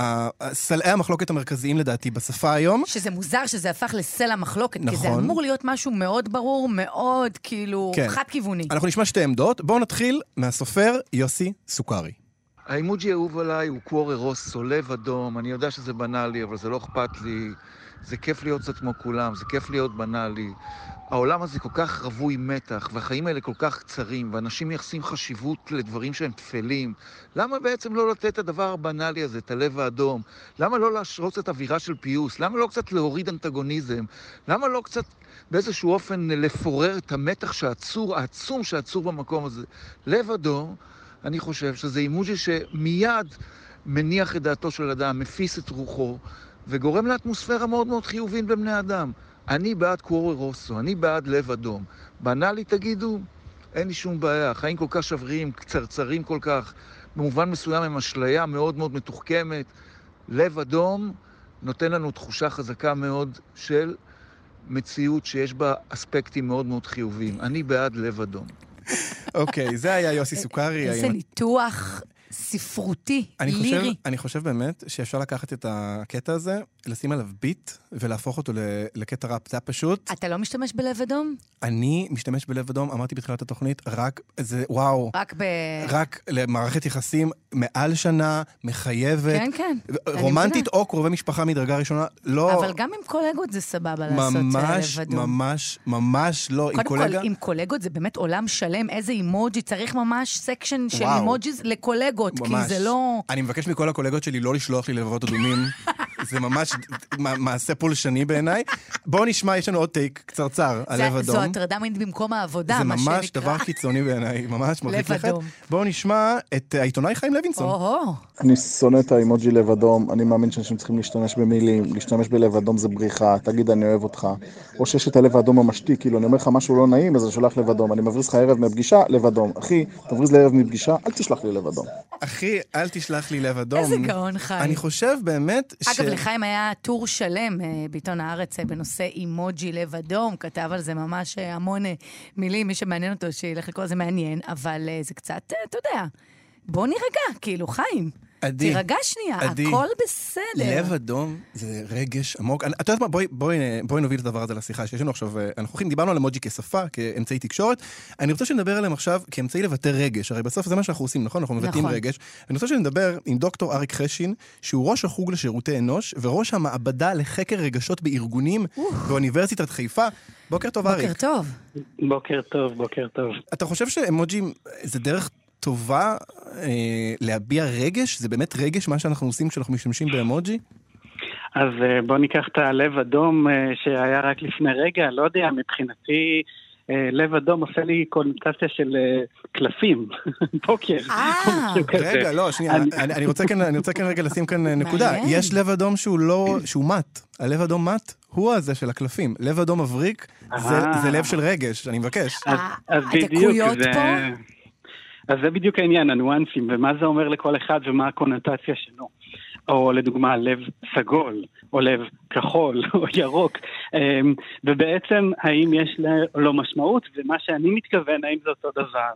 סלעי המחלוקת המרכזיים לדעתי בשפה היום. שזה מוזר שזה הפך לסלע מחלוקת, כי זה אמור להיות משהו מאוד ברור, מאוד כאילו חד-כיווני. אנחנו נשמע שתי עמדות, בואו נתחיל מהסופר יוסי סוכרי. האימוג'י האהוב עליי הוא קוורה רוסו, לב אדום, אני יודע שזה בנאלי, אבל זה לא אכפת לי, זה כיף להיות קצת כמו כולם, זה כיף להיות בנאלי. העולם הזה כל כך רווי מתח, והחיים האלה כל כך קצרים, ואנשים מייחסים חשיבות לדברים שהם תפלים. למה בעצם לא לתת את הדבר הבנאלי הזה, את הלב האדום? למה לא להשרות את אווירה של פיוס? למה לא קצת להוריד אנטגוניזם? למה לא קצת באיזשהו אופן לפורר את המתח העצום שעצור במקום הזה? לב אדום, אני חושב שזה אימוג'י שמיד מניח את דעתו של אדם, מפיס את רוחו, וגורם לאטמוספירה מאוד מאוד חיובית בבני אדם. אני בעד קוורה רוסו, אני בעד לב אדום. בנאלי תגידו, אין לי שום בעיה. חיים כל כך שבריים, קצרצרים כל כך, במובן מסוים הם אשליה מאוד מאוד מתוחכמת. לב אדום נותן לנו תחושה חזקה מאוד של מציאות שיש בה אספקטים מאוד מאוד חיוביים. אני בעד לב אדום. אוקיי, זה היה יוסי סוכרי. איזה ניתוח ספרותי, לירי. אני חושב באמת שאפשר לקחת את הקטע הזה, לשים עליו ביט ולהפוך אותו לקטע ראפ. זה פשוט... אתה לא משתמש בלב אדום? אני משתמש בלב אדום, אמרתי בתחילת התוכנית, רק, זה, וואו. רק למערכת יחסים מעל שנה, מחייבת. כן, כן. רומנטית או קרובי משפחה מדרגה ראשונה, לא... אבל גם עם קולגות זה סבבה לעשות לב אדום. ממש לא. קודם כל, עם קולגות זה באמת עולם שלם, איזה אימוג'י, צריך ממש סקשן של אימוג'יז לקולגות, כי זה לא... אני מבקש מכל הקולגות שלי לא לשלוח לי לבבות אדומים. זה ממש מעשה פולשני בעיניי. בואו נשמע, יש לנו עוד טייק קצרצר על לב אדום. זו הטרדה מינית במקום העבודה, מה שנקרא. זה ממש דבר קיצוני בעיניי, ממש מרחיק לכת. בואו נשמע את העיתונאי חיים לוינסון. אני שונא את האימוג'י לב אדום, אני מאמין שאנשים צריכים להשתמש במילים, להשתמש בלב אדום זה בריחה, תגיד אני אוהב אותך. או שיש את הלב האדום המשתי, כאילו אני אומר לך משהו לא נעים, אז אני שולח לב אדום. אני מבריז לך ערב מפגישה, לב אדום. אחי, תבריז לערב מפגישה, אל תשלח לי לב אדום. אחי, אל תשלח לי לב אדום. איזה גאון חיים. אני חושב באמת אגב, לחיים היה טור שלם בעיתון הארץ בנושא אימוג'י לב אדום, כתב על זה ממש המון מילים, מי שמעניין אותו שילך לקרוא, זה מעניין, אבל זה קצת, אתה יודע, בוא נרגע, כאילו, חיים. תירגע שנייה, הכל בסדר. לב אדום זה רגש עמוק. אתה יודעת מה, בואי נוביל את הדבר הזה לשיחה, שיש לנו עכשיו, אנחנו דיברנו על אמוג'י כשפה, כאמצעי תקשורת, אני רוצה שנדבר עליהם עכשיו כאמצעי לבטא רגש, הרי בסוף זה מה שאנחנו עושים, נכון? אנחנו מבטאים רגש. אני רוצה שנדבר עם דוקטור אריק חשין, שהוא ראש החוג לשירותי אנוש, וראש המעבדה לחקר רגשות בארגונים באוניברסיטת חיפה. בוקר טוב, אריק. בוקר טוב. בוקר טוב, בוקר טוב. אתה חושב שאמוג'ים זה דרך טובה להביע רגש? זה באמת רגש מה שאנחנו עושים כשאנחנו משתמשים באמוג'י? אז בוא ניקח את הלב אדום שהיה רק לפני רגע, לא יודע, מבחינתי לב אדום עושה לי קונוטציה של קלפים, פוקר. רגע, לא, שנייה, אני רוצה כאן רגע לשים כאן נקודה. יש לב אדום שהוא מת, הלב אדום מת הוא הזה של הקלפים. לב אדום מבריק זה לב של רגש, אני מבקש. אז בדיוק, אז זה בדיוק העניין, הניואנסים, ומה זה אומר לכל אחד ומה הקונוטציה שלו. או לדוגמה לב סגול, או לב כחול, או ירוק, ובעצם האם יש לו משמעות, ומה שאני מתכוון, האם זה אותו דבר,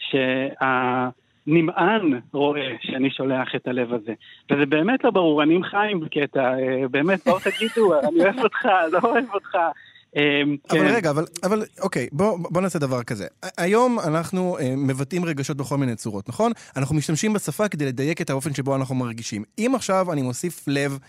נמען רואה שאני שולח את הלב הזה. וזה באמת לא ברור, אני עם חיים בקטע, באמת, בואו תגידו, אני אוהב אותך, לא אוהב אותך. אבל רגע, אבל אוקיי, בוא נעשה דבר כזה. היום אנחנו מבטאים רגשות בכל מיני צורות, נכון? אנחנו משתמשים בשפה כדי לדייק את האופן שבו אנחנו מרגישים. אם עכשיו אני מוסיף לב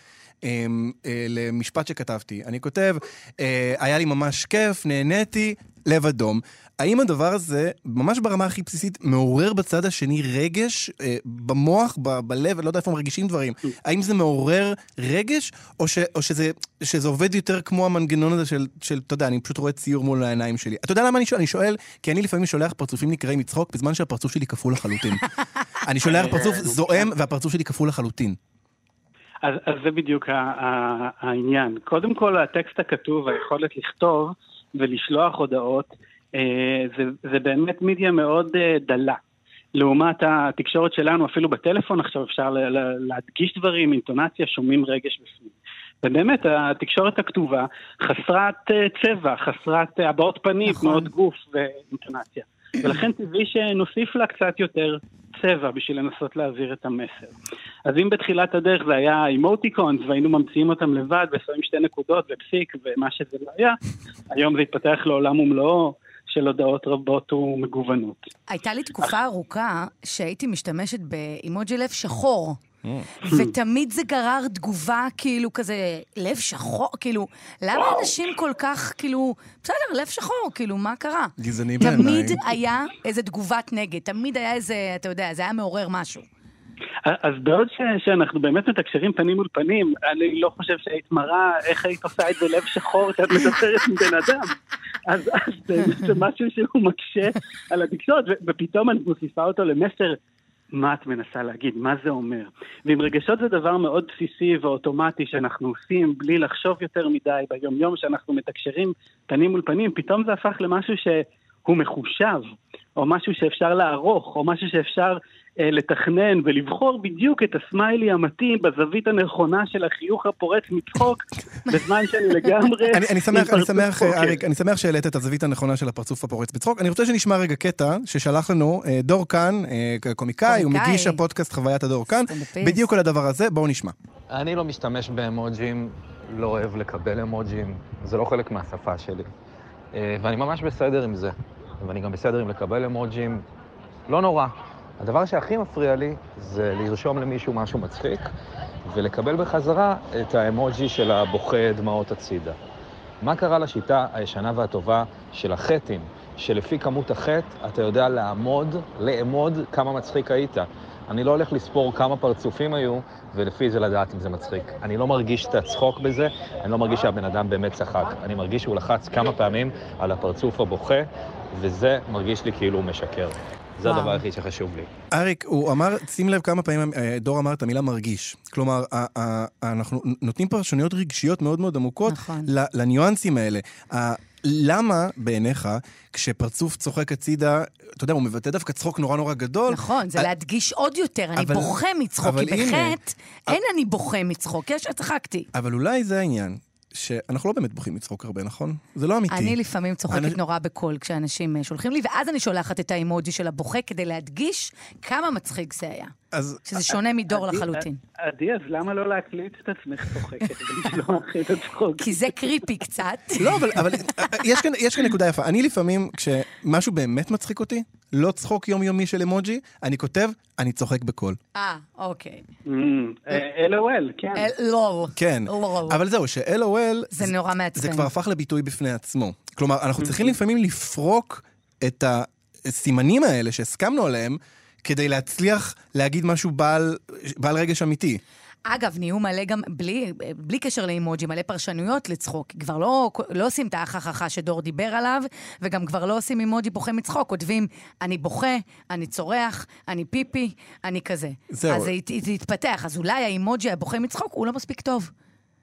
למשפט שכתבתי, אני כותב, היה לי ממש כיף, נהניתי, לב אדום. האם הדבר הזה, ממש ברמה הכי בסיסית, מעורר בצד השני רגש במוח, בלב, לא יודע איפה מרגישים דברים? האם זה מעורר רגש, או שזה עובד יותר כמו המנגנון הזה של, אתה יודע, אני פשוט רואה ציור מול העיניים שלי. אתה יודע למה אני שואל? אני שואל, כי אני לפעמים שולח פרצופים נקראים מצחוק, בזמן שהפרצוף שלי כפול לחלוטין. אני שולח פרצוף זועם, והפרצוף שלי כפול לחלוטין. אז זה בדיוק העניין. קודם כל, הטקסט הכתוב, היכולת לכתוב ולשלוח הודעות, זה באמת מדיה מאוד דלה. לעומת התקשורת שלנו, אפילו בטלפון עכשיו אפשר להדגיש דברים, אינטונציה, שומעים רגש בפנים. ובאמת, התקשורת הכתובה חסרת צבע, חסרת הבעות פנים, מאוד גוף ואינטונציה. ולכן טבעי שנוסיף לה קצת יותר צבע בשביל לנסות להעביר את המסר. אז אם בתחילת הדרך זה היה אימוטיקונס והיינו ממציאים אותם לבד ושמים 2 נקודות ופסיק ומה שזה לא היה, היום זה התפתח לעולם ומלואו של הודעות רבות ומגוונות. הייתה לי תקופה ארוכה שהייתי משתמשת באימוג'י לב שחור. ותמיד זה גרר תגובה כאילו כזה לב שחור, כאילו למה אנשים כל כך כאילו בסדר, לב שחור, כאילו מה קרה? גזעני בעיניי. תמיד היה איזה תגובת נגד, תמיד היה איזה, אתה יודע, זה היה מעורר משהו. אז בעוד שאנחנו באמת מתקשרים פנים מול פנים, אני לא חושב שהיית מראה איך היית עושה את זה לב שחור, שאת מדברת עם בן אדם. אז זה משהו שהוא מקשה על התקשורת, ופתאום אני מוסיפה אותו למסר, מה את מנסה להגיד, מה זה אומר. ועם רגשות זה דבר מאוד בסיסי ואוטומטי שאנחנו עושים בלי לחשוב יותר מדי ביום יום שאנחנו מתקשרים פנים מול פנים, פתאום זה הפך למשהו שהוא מחושב, או משהו שאפשר לערוך, או משהו שאפשר לתכנן ולבחור בדיוק את הסמיילי המתאים בזווית הנכונה של החיוך הפורץ מצחוק, בזמן שאני לגמרי... אני שמח שהעלית את הזווית הנכונה של הפרצוף הפורץ בצחוק. אני רוצה שנשמע רגע קטע ששלח לנו דור כאן, קומיקאי, הוא מגיש הפודקאסט חוויית הדור כאן, בדיוק על הדבר הזה, בואו נשמע. אני לא משתמש באמוג'ים, לא אוהב לקבל אמוג'ים, זה לא חלק מהשפה שלי. ואני ממש בסדר עם זה, ואני גם בסדר עם לקבל אמוג'ים, לא נורא. הדבר שהכי מפריע לי זה לרשום למישהו משהו מצחיק ולקבל בחזרה את האמוג'י של הבוכה דמעות הצידה. מה קרה לשיטה הישנה והטובה של החטים, שלפי כמות החט אתה יודע לאמוד כמה מצחיק היית. אני לא הולך לספור כמה פרצופים היו ולפי זה לדעת אם זה מצחיק. אני לא מרגיש את הצחוק בזה, אני לא מרגיש שהבן אדם באמת צחק. אני מרגיש שהוא לחץ כמה פעמים על הפרצוף הבוכה וזה מרגיש לי כאילו הוא משקר. זה הדבר הכי שחשוב לי. אריק, הוא אמר, שים לב כמה פעמים דור אמר את המילה מרגיש. כלומר, אנחנו נותנים פרשנויות רגשיות מאוד מאוד עמוקות לניואנסים האלה. למה בעיניך, כשפרצוף צוחק הצידה, אתה יודע, הוא מבטא דווקא צחוק נורא נורא גדול? נכון, זה להדגיש עוד יותר, אני בוכה מצחוק, כי בחטא אין אני בוכה מצחוק, יש צחקתי. אבל אולי זה העניין. שאנחנו לא באמת בוכים מצחוק הרבה, נכון? זה לא אמיתי. אני לפעמים צוחקת נורא בקול כשאנשים שולחים לי, ואז אני שולחת את האימוג'י של הבוכה כדי להדגיש כמה מצחיק זה היה. שזה שונה מדור לחלוטין. עדי, אז למה לא להקליט את עצמך צוחקת? את הצחוק? כי זה קריפי קצת. לא, אבל יש כאן נקודה יפה. אני לפעמים, כשמשהו באמת מצחיק אותי, לא צחוק יומיומי של אמוג'י, אני כותב, אני צוחק בקול. אוקיי. LOL, כן. LOL. כן, אבל זהו, ש-LOL זה נורא מעצבן. זה כבר הפך לביטוי בפני עצמו. כלומר, אנחנו צריכים לפעמים לפרוק את הסימנים האלה שהסכמנו עליהם, כדי להצליח להגיד משהו בעל רגש אמיתי. אגב, נהיו מלא גם, בלי קשר לאימוג'י, מלא פרשנויות לצחוק. כבר לא עושים את האחכה שדור דיבר עליו, וגם כבר לא עושים אימוג'י בוכה מצחוק. כותבים, אני בוכה, אני צורח, אני פיפי, אני כזה. זהו. אז זה יתפתח. אז אולי האימוג'י הבוכה מצחוק הוא לא מספיק טוב.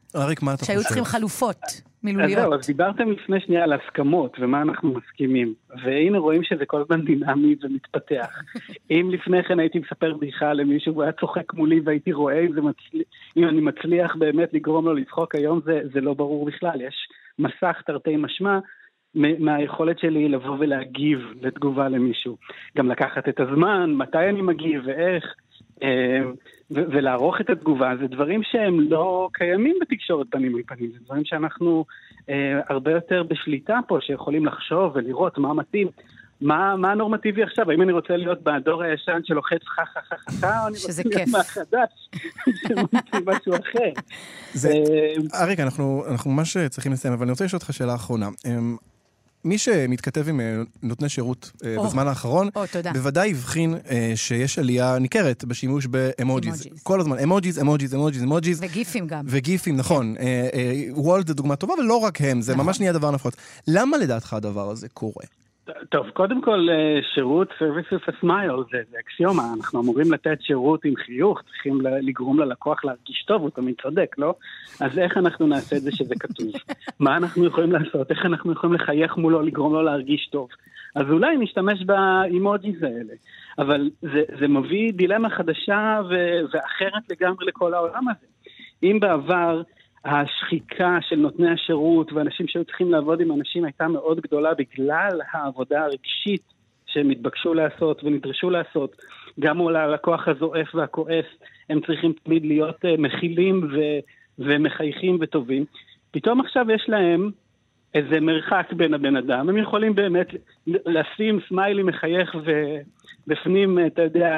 אריק, מה אתה חושב? שהיו צריכים חלופות מילוליות. אז דיברתם לפני שנייה על הסכמות ומה אנחנו מסכימים, והנה רואים שזה כל הזמן דינמי ומתפתח. אם לפני כן הייתי מספר בדיחה למישהו והיה צוחק מולי והייתי רואה אם אני מצליח באמת לגרום לו לצחוק, היום זה לא ברור בכלל. יש מסך תרתי משמע מהיכולת שלי לבוא ולהגיב לתגובה למישהו. גם לקחת את הזמן, מתי אני מגיב ואיך, ולערוך את התגובה. זה דברים שהם לא קיימים בתקשורת פנים אל פנים. זה דברים שאנחנו הרבה יותר בשליטה פה, שיכולים לחשוב ולראות מה מתאים. מה הנורמטיבי עכשיו? האם אני רוצה להיות בדור הישן שלוחץ חכה, או אני רוצה להיות מהחדש שמוציא משהו אחר? אריק, אנחנו ממש צריכים לסיים, אבל אני רוצה לשאול אותך שאלה אחרונה. מי שמתכתב עם נותני שירות בזמן האחרון, בוודאי הבחין שיש עלייה ניכרת בשימוש באמוג'יז. כל הזמן, אמוג'יז. וגיפים גם. וגיפים, נכון. וולד זה דוגמה טובה, ולא רק הם, זה ממש נהיה דבר נפוץ. למה לדעתך הדבר הזה קורה? טוב, קודם כל, שירות, service with a smile, זה אקסיומה. אנחנו אמורים לתת שירות עם חיוך, צריכים לגרום ללקוח להרגיש טוב, הוא תמיד צודק, לא? אז איך אנחנו נעשה את זה שזה כתוב? מה אנחנו יכולים לעשות? איך אנחנו יכולים לחייך מולו, לגרום לו להרגיש טוב? אז אולי נשתמש באימוג'יז האלה. אבל זה מביא דילמה חדשה ואחרת לגמרי לכל העולם הזה. אם בעבר השחיקה של נותני השירות ואנשים שהיו צריכים לעבוד עם אנשים הייתה מאוד גדולה בגלל העבודה הרגשית שהם התבקשו לעשות ונדרשו לעשות. גם מול הלקוח הזועף והכועס הם צריכים תמיד להיות מכילים ומחייכים וטובים. פתאום עכשיו יש להם איזה מרחק בין הבן אדם. הם יכולים באמת לשים סמיילי מחייך ובפנים, אתה יודע,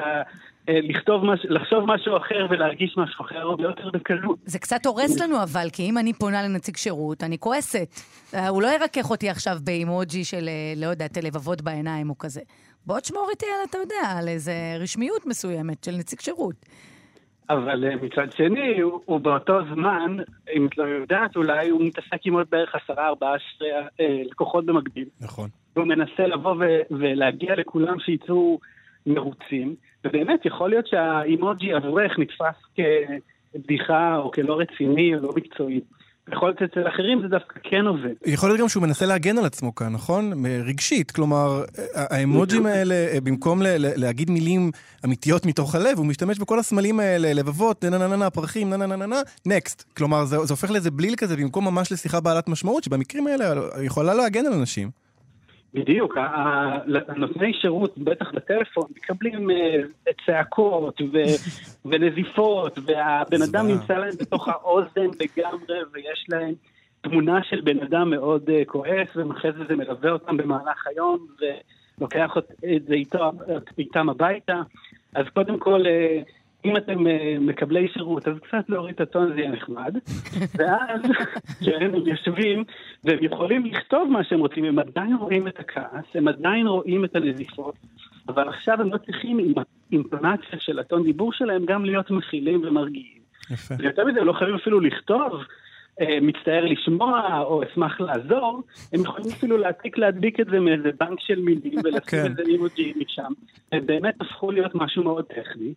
לחשוב משהו אחר ולהרגיש משהו אחר הרבה יותר בקלות. זה קצת הורס לנו אבל, כי אם אני פונה לנציג שירות, אני כועסת. הוא לא ירקח אותי עכשיו באימוג'י של, לא יודעת, לבבות בעיניים או כזה. בוא תשמור איתי על, אתה יודע, על איזה רשמיות מסוימת של נציג שירות. אבל מצד שני, הוא באותו זמן, אם את לא יודעת, אולי הוא מתעסק עם עוד בערך 10-14 לקוחות במקביל. נכון. והוא מנסה לבוא ולהגיע לכולם שיצאו מרוצים, ובאמת יכול להיות שהאימוג'י עבורך נתפס כבדיחה או כלא רציני או לא מקצועי. יכול להיות אצל אחרים זה דווקא כן עובד. יכול להיות גם שהוא מנסה להגן על עצמו כאן, נכון? רגשית, כלומר, האמוג'ים האלה, במקום להגיד מילים אמיתיות מתוך הלב, הוא משתמש בכל הסמלים האלה, לבבות, פרחים, נקסט. כלומר, זה הופך לאיזה בליל כזה, במקום ממש לשיחה בעלת משמעות, שבמקרים האלה יכולה להגן על אנשים. בדיוק, הנותני שירות, בטח בטלפון, מקבלים צעקות ונזיפות, והבן אדם נמצא להם בתוך האוזן לגמרי, ויש להם תמונה של בן אדם מאוד כועס, ומחז זה מלווה אותם במהלך היום, ולוקח את זה איתם הביתה. אז קודם כל, אם אתם מקבלי שירות, אז קצת להוריד את הטון זה יהיה נחמד, ואז כשהם יושבים, והם יכולים לכתוב מה שהם רוצים, הם עדיין רואים את הכעס, הם עדיין רואים את הנזיפות, אבל עכשיו הם לא צריכים עם האינטונציה של הטון דיבור שלהם גם להיות מכילים ומרגיעים. יפה. ויותר מזה, הם לא חייבים אפילו לכתוב, מצטער לשמוע או אשמח לעזור, הם יכולים אפילו להדביק את זה מאיזה בנק של מילים, ולשים איזה אימוג'י משם. הם באמת הפכו להיות משהו מאוד טכני,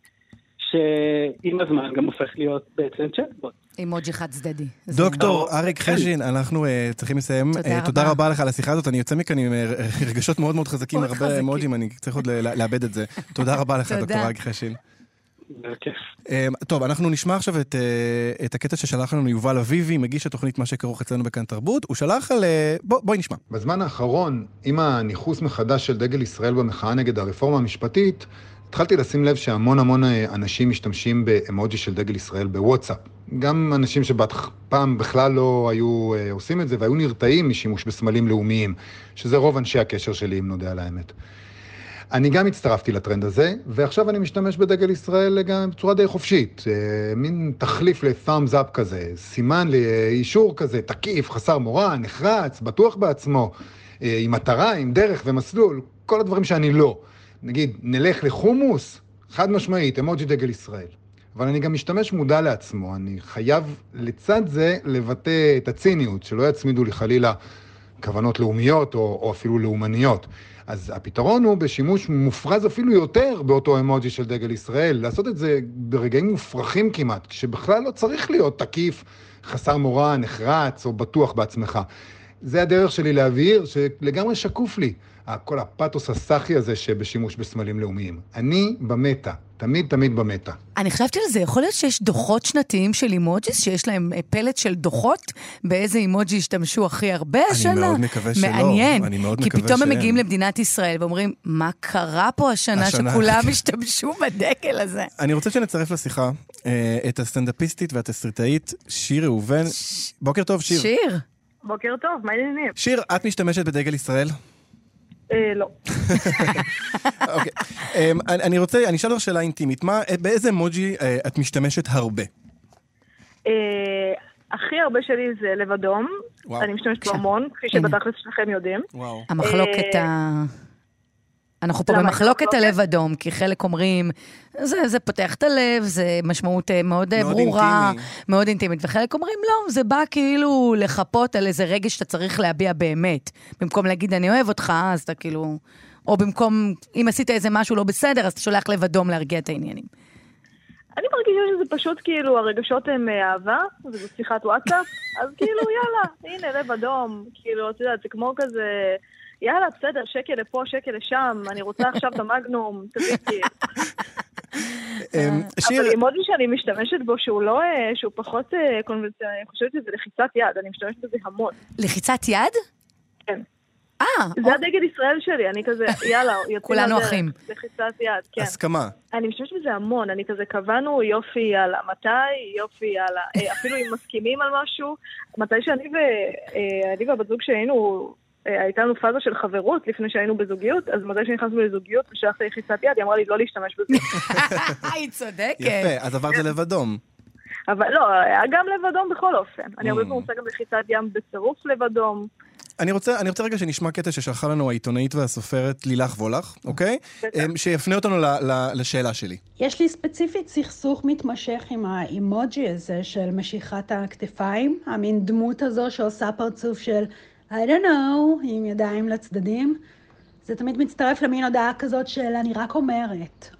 שעם הזמן גם הופך להיות בעצם צ'טבוט. אימוג'י חד צדדי. דוקטור אריק חשין, אנחנו צריכים לסיים. תודה רבה לך על השיחה הזאת. אני יוצא מכאן עם רגשות מאוד מאוד חזקים, הרבה אימוג'ים, אני צריך עוד לאבד את זה. תודה רבה לך, דוקטור אריק חשין. טוב, אנחנו נשמע עכשיו את הקטע ששלח לנו יובל אביבי, מגיש התוכנית מה שכרוך אצלנו בכאן תרבות. הוא שלח על... בואי נשמע. בזמן האחרון, עם הניחוס מחדש של דגל ישראל במחאה נגד הרפורמה המשפטית, התחלתי לשים לב שהמון אנשים משתמשים באמוג'י של דגל ישראל בוואטסאפ. גם אנשים שפעם בכלל לא היו עושים את זה, והיו נרתעים משימוש בסמלים לאומיים, שזה רוב אנשי הקשר שלי, אם נודע על האמת. אני גם הצטרפתי לטרנד הזה, ועכשיו אני משתמש בדגל ישראל גם בצורה די חופשית. מין תחליף ל-thumbs up כזה, סימן לאישור כזה, תקיף, חסר מורא, נחרץ, בטוח בעצמו, עם מטרה, עם דרך ומסלול, כל הדברים שאני לא. נגיד, נלך לחומוס, חד משמעית, אמוג'י דגל ישראל. אבל אני גם משתמש מודע לעצמו, אני חייב לצד זה לבטא את הציניות, שלא יצמידו לי חלילה כוונות לאומיות או אפילו לאומניות. אז הפתרון הוא בשימוש מופרז אפילו יותר באותו אמוג'י של דגל ישראל, לעשות את זה ברגעים מופרכים כמעט, שבכלל לא צריך להיות תקיף חסר מורא, נחרץ או בטוח בעצמך. זה הדרך שלי להבהיר שלגמרי שקוף לי. כל הפאטוס הסחי הזה שבשימוש בסמלים לאומיים. אני במטה, תמיד במטה. אני חשבתי על זה, יכול להיות שיש דוחות שנתיים של אימוג'יס, שיש להם פלט של דוחות, באיזה אימוג'י השתמשו הכי הרבה השנה? אני מאוד מקווה שלא. מעניין, כי פתאום הם מגיעים למדינת ישראל ואומרים, מה קרה פה השנה שכולם השתמשו בדקל הזה? אני רוצה שנצרף לשיחה את הסטנדאפיסטית והתסריטאית שיר ראובן. בוקר טוב, שיר. שיר. בוקר טוב, מה העניינים? שיר, את משתמשת בדגל ישראל? לא. אוקיי. אני אשאל לך שאלה אינטימית. באיזה אמוג'י את משתמשת הרבה? הכי הרבה שלי זה לב אדום. אני משתמשת בהמון, כפי שבתכלס שלכם יודעים. המחלוקת אנחנו פה במחלוקת הלב אדום, כי חלק אומרים, זה פותח את הלב, זה משמעות מאוד ברורה, מאוד אינטימית, וחלק אומרים, לא, זה בא כאילו לחפות על איזה רגש שאתה צריך להביע באמת. במקום להגיד, אני אוהב אותך, אז אתה כאילו, או במקום, אם עשית איזה משהו לא בסדר, אז אתה שולח לב אדום להרגיע את העניינים. אני מרגישה שזה פשוט כאילו, הרגשות הם אהבה, וזו שיחת וואטסאפ, אז כאילו, יאללה, הנה, לב אדום, כאילו, אתה יודע, זה כמו כזה... יאללה, בסדר, שקל לפה, שקל לשם, אני רוצה עכשיו את המגנום, תביאי. אבל אימוג'י שאני משתמשת בו, שהוא פחות קונבנציונלי, אני חושבת שזה לחיצת יד, אני משתמשת בזה המון. לחיצת יד? כן. זה הדגל ישראל שלי, אני כזה, יאללה, כולנו אחים. לחיצת יד, כן. הסכמה. אני משתמשת בזה המון, אני כזה קבענו יופי על מתי, יופי על... אפילו אם מסכימים על משהו, מתי שאני והבת זוג שהיינו... הייתה לנו פאזה של חברות לפני שהיינו בזוגיות, אז מתי שנכנסנו לזוגיות ושלחתי לחיצת יד, היא אמרה לי לא להשתמש בזה. היא צודקת. יפה, אז עברת ללב אדום. אבל לא, היה גם לב אדום בכל אופן. אני הרבה פעמים רוצה גם לחיצת ים בצירוף לב אדום. אני רוצה רגע שנשמע קטע ששלחה לנו העיתונאית והסופרת לילך וולך, אוקיי? שיפנה אותנו לשאלה שלי. יש לי ספציפית סכסוך מתמשך עם האימוג'י הזה של משיכת הכתפיים, המין דמות הזו שעושה פרצוף של I don't know, עם ידיים לצדדים. זה תמיד מצטרף למין הודעה כזאת של אני רק אומרת,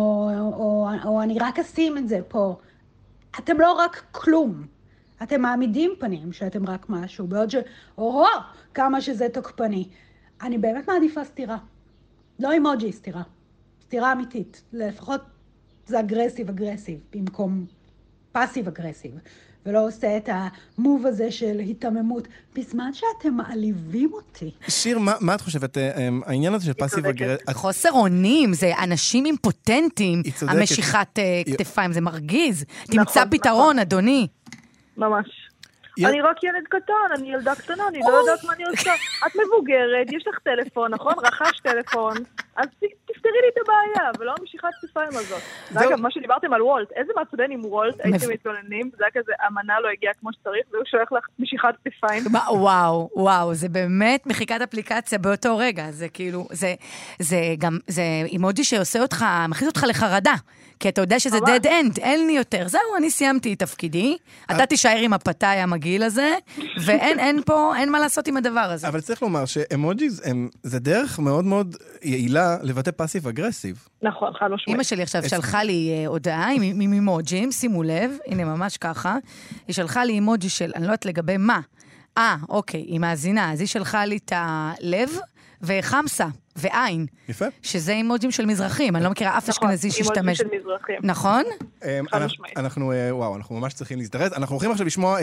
או אני רק אשים את זה פה. אתם לא רק כלום. אתם מעמידים פנים שאתם רק משהו, בעוד כמה שזה תוקפני. אני באמת מעדיפה סתירה. לא אימוג'י, סתירה. סתירה אמיתית. לפחות זה אגרסיב, במקום פאסיב אגרסיב. ולא עושה את המוב הזה של התאממות, בזמן שאתם מעליבים אותי. שיר, מה את חושבת? העניין הזה של פאסיב אגרסיב... חוסר אונים, זה אנשים אימפוטנטים, המשיכת כתפיים, זה מרגיז. תמצא פתרון, אדוני. ממש. אני רק ילד קטן, אני ילדה קטנה, אני לא יודעת מה אני עושה. את מבוגרת, יש לך טלפון, נכון? רכש טלפון, אז תפתרי לי את הבעיה, ולא המשיכת כתפיים הזאת. ואגב, מה שדיברתם על וולט, איזה מעצבן עם וולט, הייתם מתגוננים, זה היה כזה, המנה לא הגיעה כמו שצריך, והוא שולח לך משיכת כתפיים. וואו, זה באמת מחיקת אפליקציה באותו רגע, זה כאילו, זה גם, זה אימוג'י שעושה אותך, מכניס אותך לחרדה. כי אתה יודע שזה dead end, אין לי יותר. זהו, אני סיימתי את תפקידי, אתה תישאר עם הפתאי המגעיל הזה, ואין פה, אין מה לעשות עם הדבר הזה. אבל צריך לומר שאמוג'יז זה דרך מאוד מאוד יעילה לבטא פאסיב אגרסיב. נכון, חד משמעית. אמא שלי עכשיו שלחה לי הודעה עם אימוג'ים, שימו לב, הנה ממש ככה, היא שלחה לי אימוג'י של, אני לא יודעת לגבי מה, אוקיי, היא מאזינה, אז היא שלחה לי את הלב וחמסה. ועין. יפה. שזה אימוג'ים של מזרחים, אני לא מכירה אף אשכנזי שהשתמש. אימוג'ים של מזרחים. נכון? אנחנו ממש צריכים להזדרז. אנחנו הולכים עכשיו לשמוע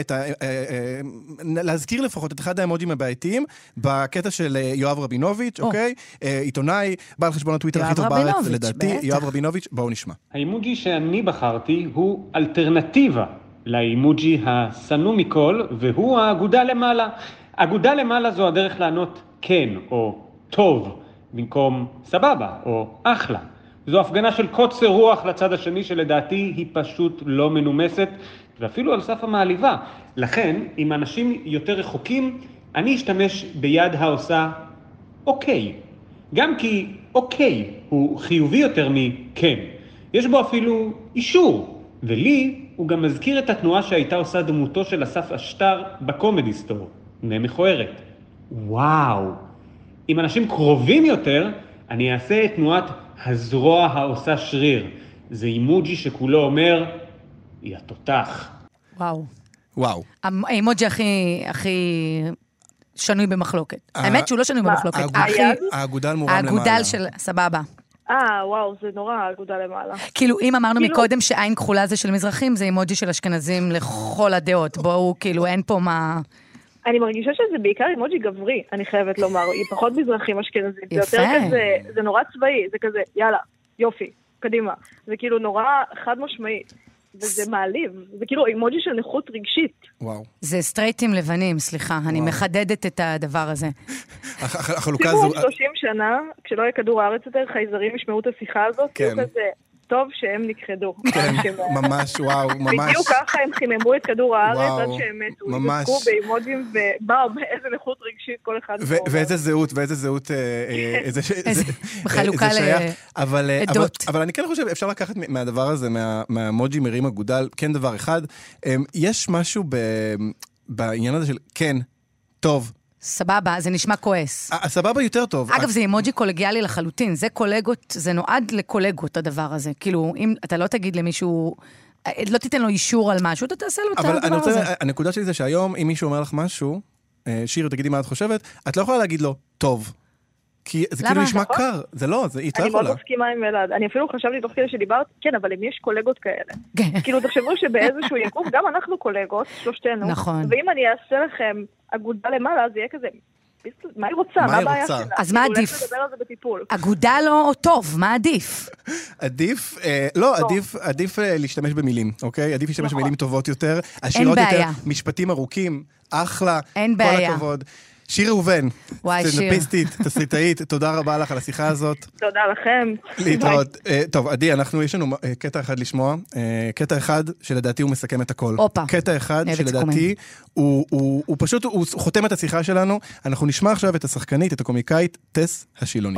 להזכיר לפחות את אחד האימוג'ים הבעייתיים, בקטע של יואב רבינוביץ', אוקיי? עיתונאי, בעל חשבון הטוויטר הכי טוב בארץ, לדעתי, יואב רבינוביץ', בואו נשמע. האימוג'י שאני בחרתי הוא אלטרנטיבה לאימוג'י הסנום מכל, והוא האגודה למעלה. אגודה למעלה זו הדרך לענות כן, או טוב, במקום סבבה או אחלה. זו הפגנה של קוצר רוח לצד השני שלדעתי היא פשוט לא מנומסת ואפילו על סף המעליבה. לכן, אם אנשים יותר רחוקים, אני אשתמש ביד העושה אוקיי. גם כי אוקיי הוא חיובי יותר מכן. יש בו אפילו אישור, ולי הוא גם מזכיר את התנועה שהייתה עושה דמותו של אסף אשטר בקומדי סטור. מכוערת. וואו. אם אנשים קרובים יותר, אני אעשה את תנועת הזרוע העושה שריר. זה אימוג'י שכולו אומר, יא תותח. וואו. וואו. האימוג'י הכי שנוי במחלוקת. האמת שהוא לא שנוי במחלוקת. האגודל מורם למעלה. האגודל של, סבבה. וואו, זה נורא, האגודל למעלה. כאילו, אם אמרנו מקודם שעין כחולה זה של מזרחים, זה אימוג'י של אשכנזים לכל הדעות. בואו, כאילו, אין פה מה... אני מרגישה שזה בעיקר אימוג'י גברי, אני חייבת לומר. היא פחות מזרחים אשכנזים. זה יותר כזה, זה נורא צבאי, זה כזה, יאללה, יופי, קדימה. זה כאילו נורא חד משמעי. וזה מעליב. זה כאילו אימוג'י של נכות רגשית. וואו. זה סטרייטים לבנים, סליחה. אני מחדדת את הדבר הזה. החלוקה הזו... 30 שנה, כשלא יהיה כדור הארץ יותר, חייזרים ישמעו את השיחה הזאת, כאילו כזה... טוב שהם נכחדו. כן, ממש, וואו, ממש. בדיוק ככה הם חיממו את כדור הארץ עד שהם מתו. ממש. התעסקו באימוג'ים ובאו, איזה נכות רגשית כל אחד. ואיזה זהות, בחלוקה לעדות. אבל אני כן חושב, אפשר לקחת מהדבר הזה, מהאימוג'י מרים אגודל, כן דבר אחד. יש משהו בעניין הזה של כן, טוב, סבבה, זה נשמע כועס. הסבבה יותר טוב. אגב, זה אימוג'י קולגיאלי לחלוטין. זה קולגות, זה נועד לקולגות, הדבר הזה. כאילו, אם אתה לא תגיד למישהו, לא תיתן לו אישור על משהו, אתה תעשה לו את הדבר הזה. אבל הנקודה שלי זה שהיום, אם מישהו אומר לך משהו, שיר, תגידי מה את חושבת, את לא יכולה להגיד לו, טוב. כי זה כאילו נשמע קר. זה לא, היא לא יכולה. אני מאוד מסכימה עם אלעד. אני אפילו חשבתי תוך כדי שדיברת, כן, אבל אם יש קולגות כאלה. כאילו, תחשבו שבאיזשהו יקום, גם אנחנו קולגות, שלושתנו. נכון. ואם אני אעשה לכם אגודה למעלה, זה יהיה כזה, מה היא רוצה? מה הבעיה שלה? אז מה עדיף? אגודה לא או טוב, מה עדיף? עדיף, לא, עדיף להשתמש במילים, אוקיי? עדיף להשתמש במילים טובות יותר, עשירות יותר, משפטים ארוכים, אחלה, כל הכבוד. שיר ראובן, סטנדאפיסטית, תסריטאית, תודה רבה לך על השיחה הזאת. תודה לכם. להתראות. טוב, עדי, יש לנו קטע אחד לשמוע, קטע אחד שלדעתי הוא מסכם את הכל. קטע אחד שלדעתי הוא פשוט, הוא חותם את השיחה שלנו. אנחנו נשמע עכשיו את השחקנית, את הקומיקאית, טס השילוני.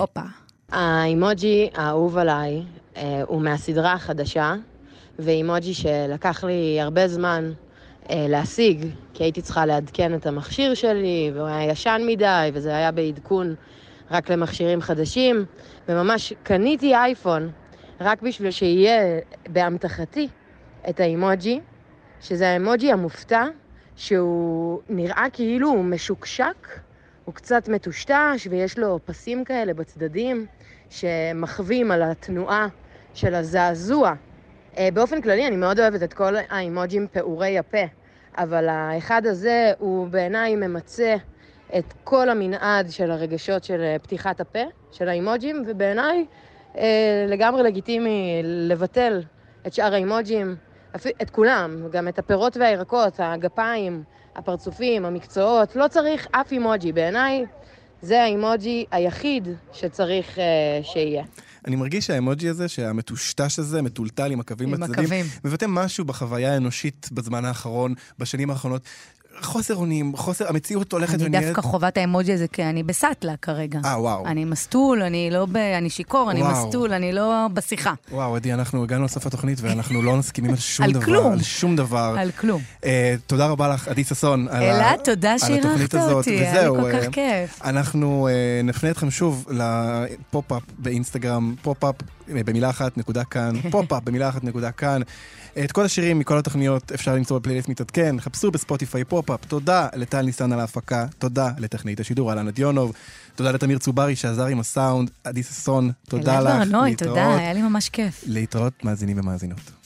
האימוג'י האהוב עליי הוא מהסדרה החדשה, ואימוג'י שלקח לי הרבה זמן להשיג, כי הייתי צריכה לעדכן את המכשיר שלי, והוא היה ישן מדי, וזה היה בעדכון רק למכשירים חדשים, וממש קניתי אייפון, רק בשביל שיהיה באמתחתי את האימוג'י, שזה האימוג'י המופתע, שהוא נראה כאילו הוא משוקשק, הוא קצת מטושטש, ויש לו פסים כאלה בצדדים, שמחווים על התנועה של הזעזוע. באופן כללי אני מאוד אוהבת את כל האימוג'ים פעורי הפה, אבל האחד הזה הוא בעיניי ממצא את כל המנעד של הרגשות של פתיחת הפה, של האימוג'ים, ובעיניי לגמרי לגיטימי לבטל את שאר האימוג'ים, את כולם, גם את הפירות והירקות, הגפיים, הפרצופים, המקצועות, לא צריך אף אימוג'י, בעיניי זה האימוג'י היחיד שצריך שיהיה. אני מרגיש שהאמוג'י הזה, שהמטושטש הזה, מטולטל עם הקווים בצדדים, מבטא משהו בחוויה האנושית בזמן האחרון, בשנים האחרונות. חוסר אונים, המציאות הולכת ונהיית. אני דווקא חובת האמוג'י הזה, כי אני בסטלה כרגע. וואו. אני מסטול, אני שיקור, אני מסטול, אני לא בשיחה. וואו, עדי, אנחנו הגענו לסוף התוכנית, ואנחנו לא מסכימים על שום דבר. על שום דבר. על כלום. תודה רבה לך, עדי ששון, על אלעד, תודה שאירחת אותי, היה לי כל כך כיף. אנחנו נפנה אתכם שוב לפופ-אפ באינסטגרם, פופ-אפ במילה אחת נקודה כאן, פופ-אפ במילה אחת נקודה כאן. את כל השירים מכל התוכניות אפשר למצוא בפלייליסט מתעדכן, חפשו בספוטיפיי פופ-אפ. תודה לטל ניסן על ההפקה, תודה לטכנאית השידור אלנה דיונוב, תודה לתמיר צוברי שעזר עם הסאונד, עדי ששון, תודה לך. תודה, היה לי ממש כיף. להתראות מאזינים ומאזינות.